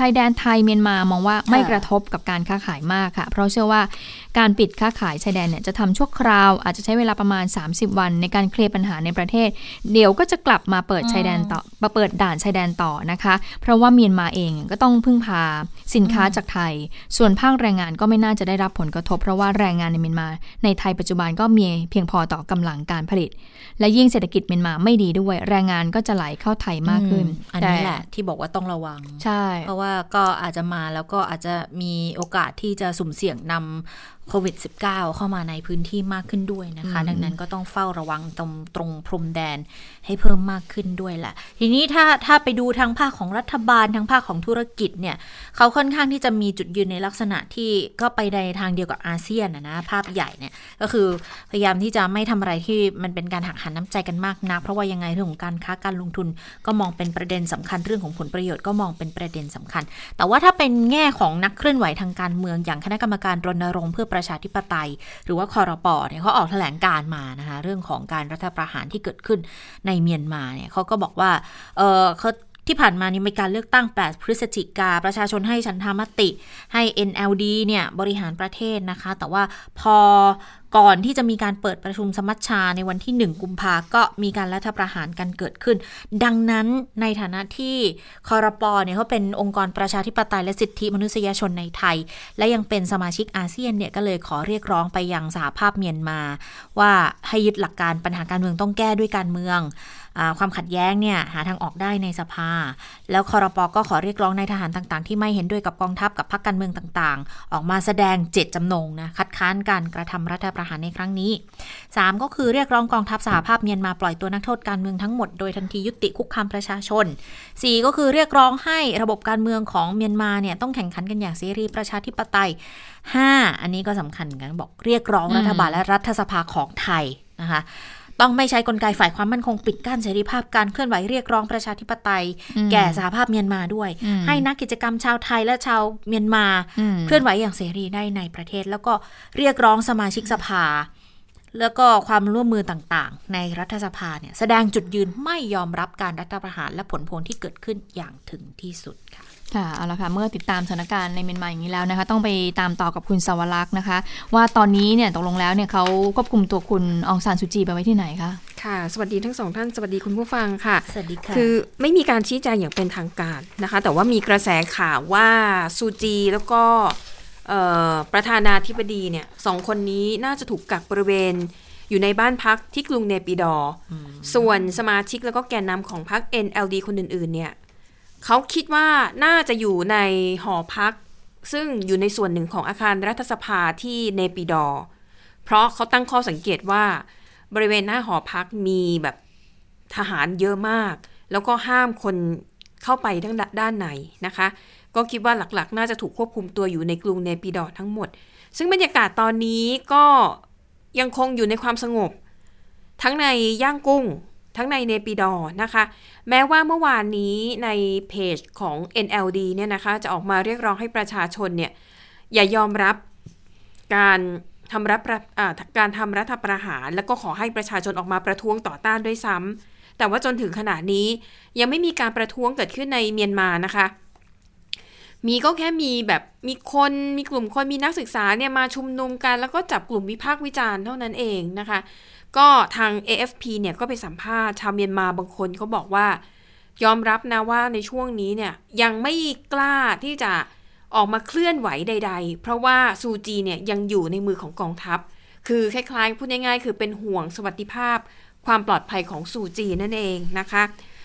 ายแดนไทยเมียนมามองว่าไม่กระทบกับการค้าขายมากค่ะเพราะเชื่อว่าการปิดค้าขายชายแดนเนี่ยจะทำชั่วคราวอาจจะใช้เวลาประมาณ30วันในการเคลียร์ปัญหาในประเทศเดี๋ยวก็จะกลับมาเปิดชายแดนต่อมาเปิดด่านชายแดนต่อนะคะเพราะว่าเมียนมาเองก็ต้องพึ่งพาสินค้าจากไทยส่วนภาคแรงงานก็ไม่น่าจะได้รับผลกระทบเพราะว่าแรงงานในเมียนมาในไทยปัจจุบันก็มีเพียงพอต่อกำลังการผลิตและยิ่งเศรษฐกิจเมียนมาไม่ดีด้วยแรงงานก็จะไหลเข้าไทยมากขึ้นอันนี้แหละที่บอกว่าต้องระวังใช่เพราะว่าก็อาจจะมาแล้วก็อาจจะมีโอกาสที่จะสุ่มเสี่ยงนำโควิด -19 เข้ามาในพื้นที่มากขึ้นด้วยนะคะดังนั้นก็ต้องเฝ้าระวังตรงพรมแดนให้เพิ่มมากขึ้นด้วยแหละทีนี้ถ้าไปดูทางภาคของรัฐบาลทางภาคของธุรกิจเนี่ยเขาค่อนข้างที่จะมีจุดยืนในลักษณะที่ก็ไปในทางเดียวกับอาเซียนนะภาพใหญ่เนี่ยก็คือพยายามที่จะไม่ทำอะไรที่มันเป็นการหักหาน้ำใจกันมากนักเพราะว่ายังไงเรื่องของการค้าการลงทุนก็มองเป็นประเด็นสำคัญเรื่องของผลประโยชน์ก็มองเป็นประเด็นสำคัญแต่ว่าถ้าเป็นแง่ของนักเคลื่อนไหวทางการเมืองอย่างคณะกรรมการรณรงค์เพื่อประชาธิปไตยหรือว่าครป.เนี่ยเขาออกแถลงการมานะคะเรื่องของการรัฐประหารที่เกิดขึ้นในเมียนมาเนี่ยเขาก็บอกว่าเขาที่ผ่านมานี่มีการเลือกตั้ง8พฤศจิกาประชาชนให้ฉันทามติให้ NLD เนี่ยบริหารประเทศนะคะแต่ว่าพอก่อนที่จะมีการเปิดประชุมสมัชชาในวันที่1กุมภาก็มีการรัฐประหารกันเกิดขึ้นดังนั้นในฐานะที่ครป.เนี่ยเขาเป็นองค์กรประชาธิปไตยและสิทธิมนุษยชนในไทยและยังเป็นสมาชิกอาเซียนเนี่ยก็เลยขอเรียกร้องไปยังสหภาพเมียนมาว่าให้ยึดหลักการปัญหาการเมืองต้องแก้ด้วยการเมืองความขัดแย้งเนี่ยหาทางออกได้ในสภาแล้วครป.ก็ขอเรียกร้องนายทหารต่างๆที่ไม่เห็นด้วยกับกองทัพกับพรรคการเมืองต่างๆออกมาแสดงเจตจำนงนะคัดค้านการกระทำรัฐประหารในครั้งนี้3ก็คือเรียกร้องกองทัพสหภาพเมียนมาปล่อยตัวนักโทษการเมืองทั้งหมดโดยทันทียุติคุกคามประชาชน4ก็คือเรียกร้องให้ระบบการเมืองของเมียนมาเนี่ยต้องแข่งขันกันอย่างเสรีประชาธิปไตย5อันนี้ก็สำคัญกันบอกเรียกร้องรัฐบาลและรัฐสภาของไทยนะคะต้องไม่ใช้กลไกฝ่ายความมั่นคงปิดกั้นเสรีภาพการเคลื่อนไหวเรียกร้องประชาธิปไตยแก่สหภาพเมียนมาด้วยให้นักกิจกรรมชาวไทยและชาวเมียนมาเคลื่อนไหวอย่างเสรีได้ในประเทศแล้วก็เรียกร้องสมาชิกสภาแล้วก็ความร่วมมือต่างๆในรัฐสภาเนี่ยแสดงจุดยืนไม่ยอมรับการรัฐประหารและผลโพลที่เกิดขึ้นอย่างถึงที่สุดค่ะค่ะเอาละค่ะเมื่อติดตามสถานการณ์ในเมียนมาอย่างนี้แล้วนะคะต้องไปตามต่อกับคุณสวรักษ์นะคะว่าตอนนี้เนี่ยตกลงแล้วเนี่ยเขาควบคุมตัวคุณองซานซูจีไปไว้ที่ไหนคะค่ะสวัสดีทั้งสองท่านสวัสดีคุณผู้ฟังค่ะสวัสดีค่ะคือไม่มีการชี้แจงอย่างเป็นทางการนะคะแต่ว่ามีกระแสข่าวว่าซูจีแล้วก็ประธานาธิบดีเนี่ย2คนนี้น่าจะถูกกักบริเวณอยู่ในบ้านพักที่กรุงเนปิดอร์ส่วนสมาชิกแล้วก็แกนนำของพรรค NLD คนอื่นๆเนี่ยเขาคิดว่าน่าจะอยู่ในหอพักซึ่งอยู่ในส่วนหนึ่งของอาคารรัฐสภาที่เนปิดอร์เพราะเขาตั้งข้อสังเกตว่าบริเวณหน้าหอพักมีแบบทหารเยอะมากแล้วก็ห้ามคนเข้าไปทั้งด้านในนะคะก็คิดว่าหลักๆน่าจะถูกควบคุมตัวอยู่ในกรุงเนปิดอร์ทั้งหมดซึ่งบรรยากาศตอนนี้ก็ยังคงอยู่ในความสงบทั้งในย่างกุ้งทั้งในเนปิดอร์นะคะแม้ว่าเมื่อวานนี้ในเพจของ NLD เนี่ยนะคะจะออกมาเรียกร้องให้ประชาชนเนี่ยอย่ายอมรับการทำรัฐประหารแล้วก็ขอให้ประชาชนออกมาประท้วงต่อต้านด้วยซ้ำแต่ว่าจนถึงขณะนี้ยังไม่มีการประท้วงเกิดขึ้นในเมียนมานะคะมีก็แค่มีแบบมีกลุ่มคนมีนักศึกษาเนี่ยมาชุมนุมกันแล้วก็จับกลุ่มวิพากษ์วิจารณ์เท่านั้นเองนะคะก็ทาง AFP เนี่ยก็ไปสัมภาษณ์ชาวเมียนมาบางคนเขาบอกว่ายอมรับนะว่าในช่วงนี้เนี่ยยังไม่กล้าที่จะออกมาเคลื่อนไหวใดๆเพราะว่าซูจีเนี่ยยังอยู่ในมือของกองทัพคือคล้ายๆพูดง่ายๆคือเป็นห่วงสวัสดิภาพความปลอดภัยของซูจีนั่นเองนะคะ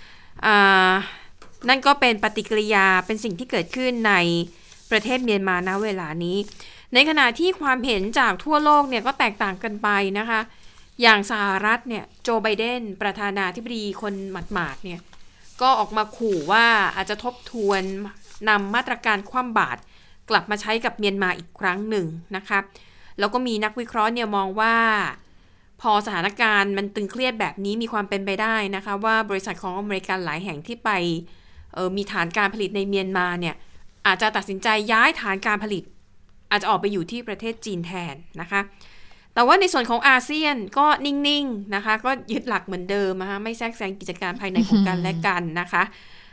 นั่นก็เป็นปฏิกิริยาเป็นสิ่งที่เกิดขึ้นในประเทศเมียนมาณเวลานี้ในขณะที่ความเห็นจากทั่วโลกเนี่ยก็แตกต่างกันไปนะคะอย่างสหรัฐเนี่ยโจไบเดนประธานาธิบดีคนหมาดๆเนี่ยก็ออกมาขู่ว่าอาจจะทบทวนนำมาตรการคว่ำบาตรกลับมาใช้กับเมียนมาอีกครั้งหนึ่งนะคะแล้วก็มีนักวิเคราะห์เนี่ยมองว่าพอสถานการณ์มันตึงเครียดแบบนี้มีความเป็นไปได้นะคะว่าบริษัทของอเมริกันหลายแห่งที่ไปมีฐานการผลิตในเมียนมาเนี่ยอาจจะตัดสินใจย้ายฐานการผลิตอาจจะออกไปอยู่ที่ประเทศจีนแทนนะคะแต่ว่าในส่วนของอาเซียนก็นิ่งๆนะคะก็ยึดหลักเหมือนเดิมนะคะไม่แทรกแซงกิจการภายในของกันและกันนะคะ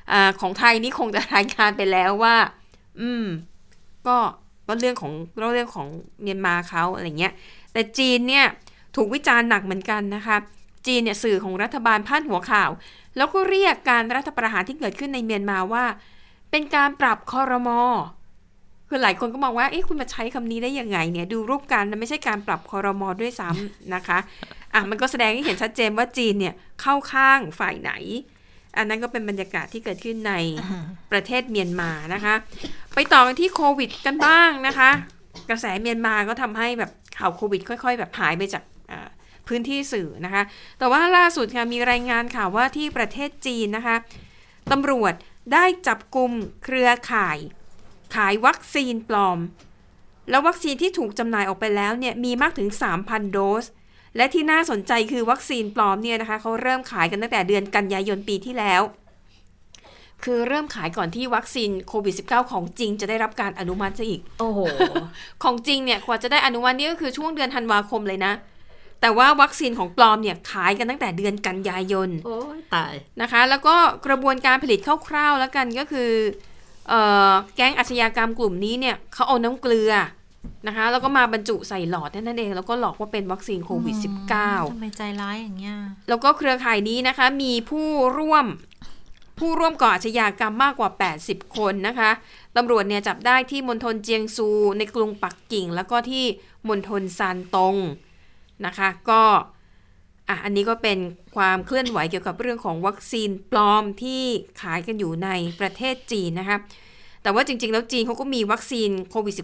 ของไทยนี่คงจะรายงานไปแล้วว่าก็เรื่องของเมียนมาเขาอะไรเงี้ยแต่จีนเนี่ยถูกวิจารณ์หนักเหมือนกันนะคะจีนเนี่ยสื่อของรัฐบาลพาดหัวข่าวแล้วก็เรียกการรัฐประหารที่เกิดขึ้นในเมียนมาว่าเป็นการปรับครม.คือหลายคนก็มองว่าคุณมาใช้คำนี้ได้ยังไงเนี่ยดูรูปการมันไม่ใช่การปรับครม.ด้วยซ้ำนะคะมันก็แสดงให้เห็นชัดเจนว่าจีนเนี่ยเข้าข้างฝ่ายไหนอันนั้นก็เป็นบรรยากาศที่เกิดขึ้นในประเทศเมียนมานะคะไปต่อกันที่โควิดกันบ้างนะคะกระแสเมียนมาก็ทำให้แบบข่าวโควิดค่อยๆแบบหายไปจากพื้นที่สื่อนะคะแต่ว่าล่าสุดค่ะมีรายงานข่าวว่าที่ประเทศจีนนะคะตำรวจได้จับกุมเครือข่ายขายวัคซีนปลอมแล้ววัคซีนที่ถูกจำหน่ายออกไปแล้วเนี่ยมีมากถึง 3,000 โดสและที่น่าสนใจคือวัคซีนปลอมเนี่ยนะคะเขาเริ่มขายกันตั้งแต่เดือนกันยายนปีที่แล้วคือเริ่มขายก่อนที่วัคซีนโควิด -19 ของจริงจะได้รับการอนุมัติซะอีกโอ้โห ของจริงเนี่ยกว่าจะได้อนุมัตินี่ก็คือช่วงเดือนธันวาคมเลยนะแต่ว่าวัคซีนของปลอมเนี่ยขายกันตั้งแต่เดือนกันยายนโอ้ยตายนะคะแล้วก็กระบวนการผลิตคร่าวๆแล้วกันก็คือแก๊งอาชญากรรมกลุ่มนี้เนี่ยเขาเอาน้ำเกลือนะคะแล้วก็มาบรรจุใส่หลอดนั่นเองแล้วก็หลอกว่าเป็นวัคซีนโควิด -19 ทำไมใจร้ายอย่างเงี้ยแล้วก็เครือข่ายนี้นะคะมีผู้ร่วมก่ออาชญากรรมมากกว่า80คนนะคะตำรวจเนี่ยจับได้ที่มณฑลเจียงซูในกรุงปักกิ่งแล้วก็ที่มณฑลซานตงนะคะก็อันนี้ก็เป็นความเคลื่อนไหวเกี่ยวกับเรื่องของวัคซีนปลอมที่ขายกันอยู่ในประเทศจีนนะคะแต่ว่าจริงๆแล้วจีนเขาก็มีวัคซีนโควิด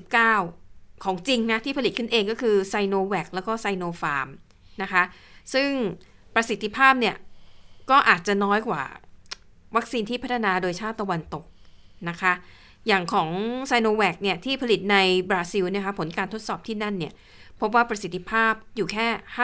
-19 ของจริงนะที่ผลิตขึ้นเองก็คือไซโนแวคแล้วก็ไซโนฟาร์มนะคะซึ่งประสิทธิภาพเนี่ยก็อาจจะน้อยกว่าวัคซีนที่พัฒนาโดยชาติตะวันตกนะคะอย่างของไซโนแวคเนี่ยที่ผลิตในบราซิลนะคะผลการทดสอบที่นั่นเนี่ยพบว่าประสิทธิภาพอยู่แค่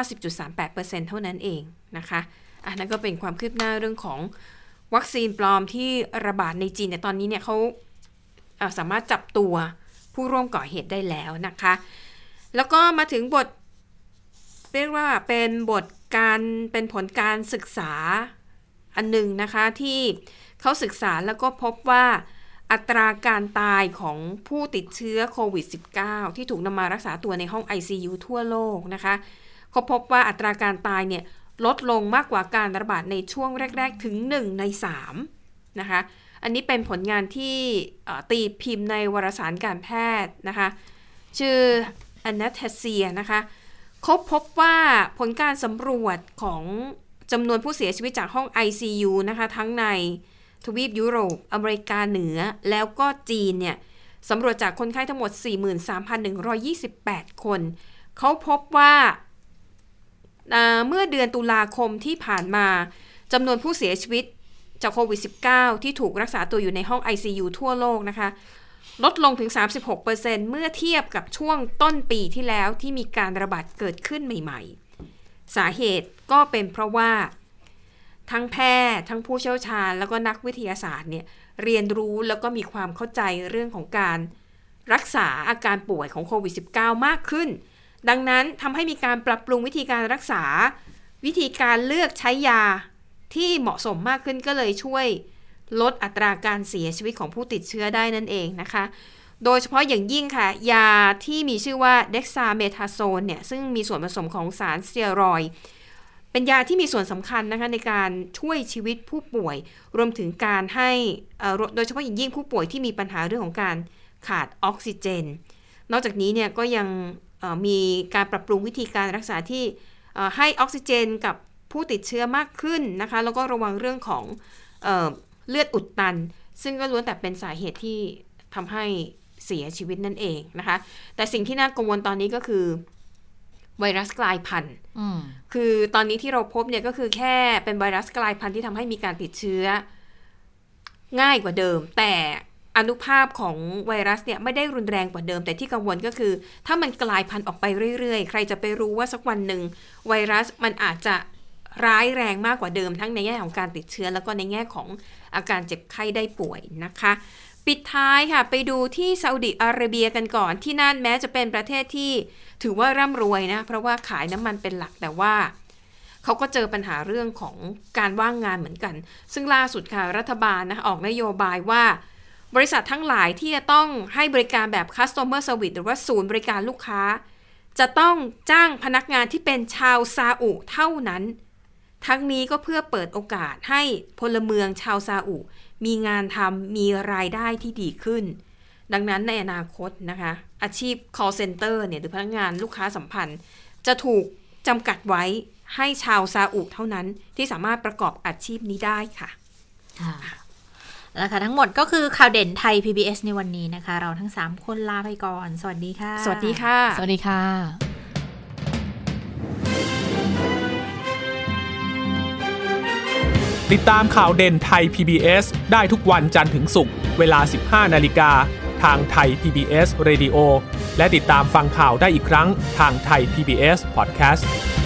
50.38% เท่านั้นเองนะคะนั่นก็เป็นความคืบหน้าเรื่องของวัคซีนปลอมที่ระบาดในจีนแต่ตอนนี้เนี่ยเขาสามารถจับตัวผู้ร่วมก่อเหตุได้แล้วนะคะแล้วก็มาถึงบทเรียกว่าเป็นผลการศึกษาอันหนึ่งนะคะที่เขาศึกษาแล้วก็พบว่าอัตราการตายของผู้ติดเชื้อโควิด -19 ที่ถูกนำมารักษาตัวในห้อง ICU ทั่วโลกนะคะเขาพบว่าอัตราการตายเนี่ยลดลงมากกว่าการระบาดในช่วงแรกๆถึง1 ใน 3นะคะอันนี้เป็นผลงานที่ตีพิมพ์ในวารสารการแพทย์นะคะชื่อ Anesthesia นะคะเขาพบว่าผลการสำรวจของจำนวนผู้เสียชีวิตจากห้อง ICU นะคะทั้งในทวีปยุโรปอเมริกาเหนือแล้วก็จีนเนี่ยสำรวจจากคนไข้ทั้งหมด 43,128 คนเขาพบว่าเมื่อเดือนตุลาคมที่ผ่านมาจำนวนผู้เสียชีวิตจากโควิด -19 ที่ถูกรักษาตัวอยู่ในห้อง ICU ทั่วโลกนะคะลดลงถึง 36% เมื่อเทียบกับช่วงต้นปีที่แล้วที่มีการระบาดเกิดขึ้นใหม่ๆสาเหตุก็เป็นเพราะว่าทั้งแพทย์ทั้งผู้เชี่ยวชาญแล้วก็นักวิทยาศาสตร์เนี่ยเรียนรู้แล้วก็มีความเข้าใจเรื่องของการรักษาอาการป่วยของโควิด -19 มากขึ้นดังนั้นทำให้มีการปรับปรุงวิธีการรักษาวิธีการเลือกใช้ยาที่เหมาะสมมากขึ้นก็เลยช่วยลดอัตราการเสียชีวิตของผู้ติดเชื้อได้นั่นเองนะคะโดยเฉพาะอย่างยิ่งค่ะยาที่มีชื่อว่าเด็กซาเมทาโซนเนี่ยซึ่งมีส่วนผสมของสารสเตียรอยด์เป็นยาที่มีส่วนสำคัญนะคะในการช่วยชีวิตผู้ป่วยรวมถึงการให้โดยเฉพาะอย่างยิ่งผู้ป่วยที่มีปัญหาเรื่องของการขาดออกซิเจนนอกจากนี้เนี่ยก็ยังมีการปรับปรุงวิธีการรักษาที่ให้ออกซิเจนกับผู้ติดเชื้อมากขึ้นนะคะแล้วก็ระวังเรื่องของเลือดอุดตันซึ่งก็ล้วนแต่เป็นสาเหตุที่ทำให้เสียชีวิตนั่นเองนะคะแต่สิ่งที่น่ากังวลตอนนี้ก็คือไวรัสกลายพันธุ์คือตอนนี้ที่เราพบเนี่ยก็คือแค่เป็นไวรัสกลายพันธุ์ที่ทำให้มีการติดเชื้อง่ายกว่าเดิมแต่อานุภาพของไวรัสเนี่ยไม่ได้รุนแรงกว่าเดิมแต่ที่กังวลก็คือถ้ามันกลายพันธุ์ออกไปเรื่อยๆใครจะไปรู้ว่าสักวันหนึ่งไวรัสมันอาจจะร้ายแรงมากกว่าเดิมทั้งในแง่ของการติดเชื้อแล้วก็ในแง่ของอาการเจ็บไข้ได้ป่วยนะคะปิดท้ายค่ะไปดูที่ซาอุดิอาระเบียกันก่อนที่นั่นแม้จะเป็นประเทศที่ถือว่าร่ำรวยนะเพราะว่าขายน้ำมันเป็นหลักแต่ว่าเขาก็เจอปัญหาเรื่องของการว่างงานเหมือนกันซึ่งล่าสุดค่ะรัฐบาลนะออกนโยบายว่าบริษัททั้งหลายที่จะต้องให้บริการแบบ customer service หรือว่าศูนย์บริการลูกค้าจะต้องจ้างพนักงานที่เป็นชาวซาอุเท่านั้นทั้งนี้ก็เพื่อเปิดโอกาสให้พลเมืองชาวซาอุมีงานทำมีรายได้ที่ดีขึ้นดังนั้นในอนาคตนะคะอาชีพ call center เนี่ยหรือพนักงานลูกค้าสัมพันธ์จะถูกจำกัดไว้ให้ชาวซาอุเท่านั้นที่สามารถประกอบอาชีพนี้ได้ค่ะแล้วค่ะทั้งหมดก็คือข่าวเด่นไทย PBS ในวันนี้นะคะเราทั้ง3คนลาไปก่อนสวัสดีค่ะสวัสดีค่ะสวัสดีค่ะติดตามข่าวเด่นไทย PBS ได้ทุกวันจันทร์ถึงศุกร์เวลา 15:00 น.ทางไทย PBS Radio และติดตามฟังข่าวได้อีกครั้งทางไทย PBS Podcast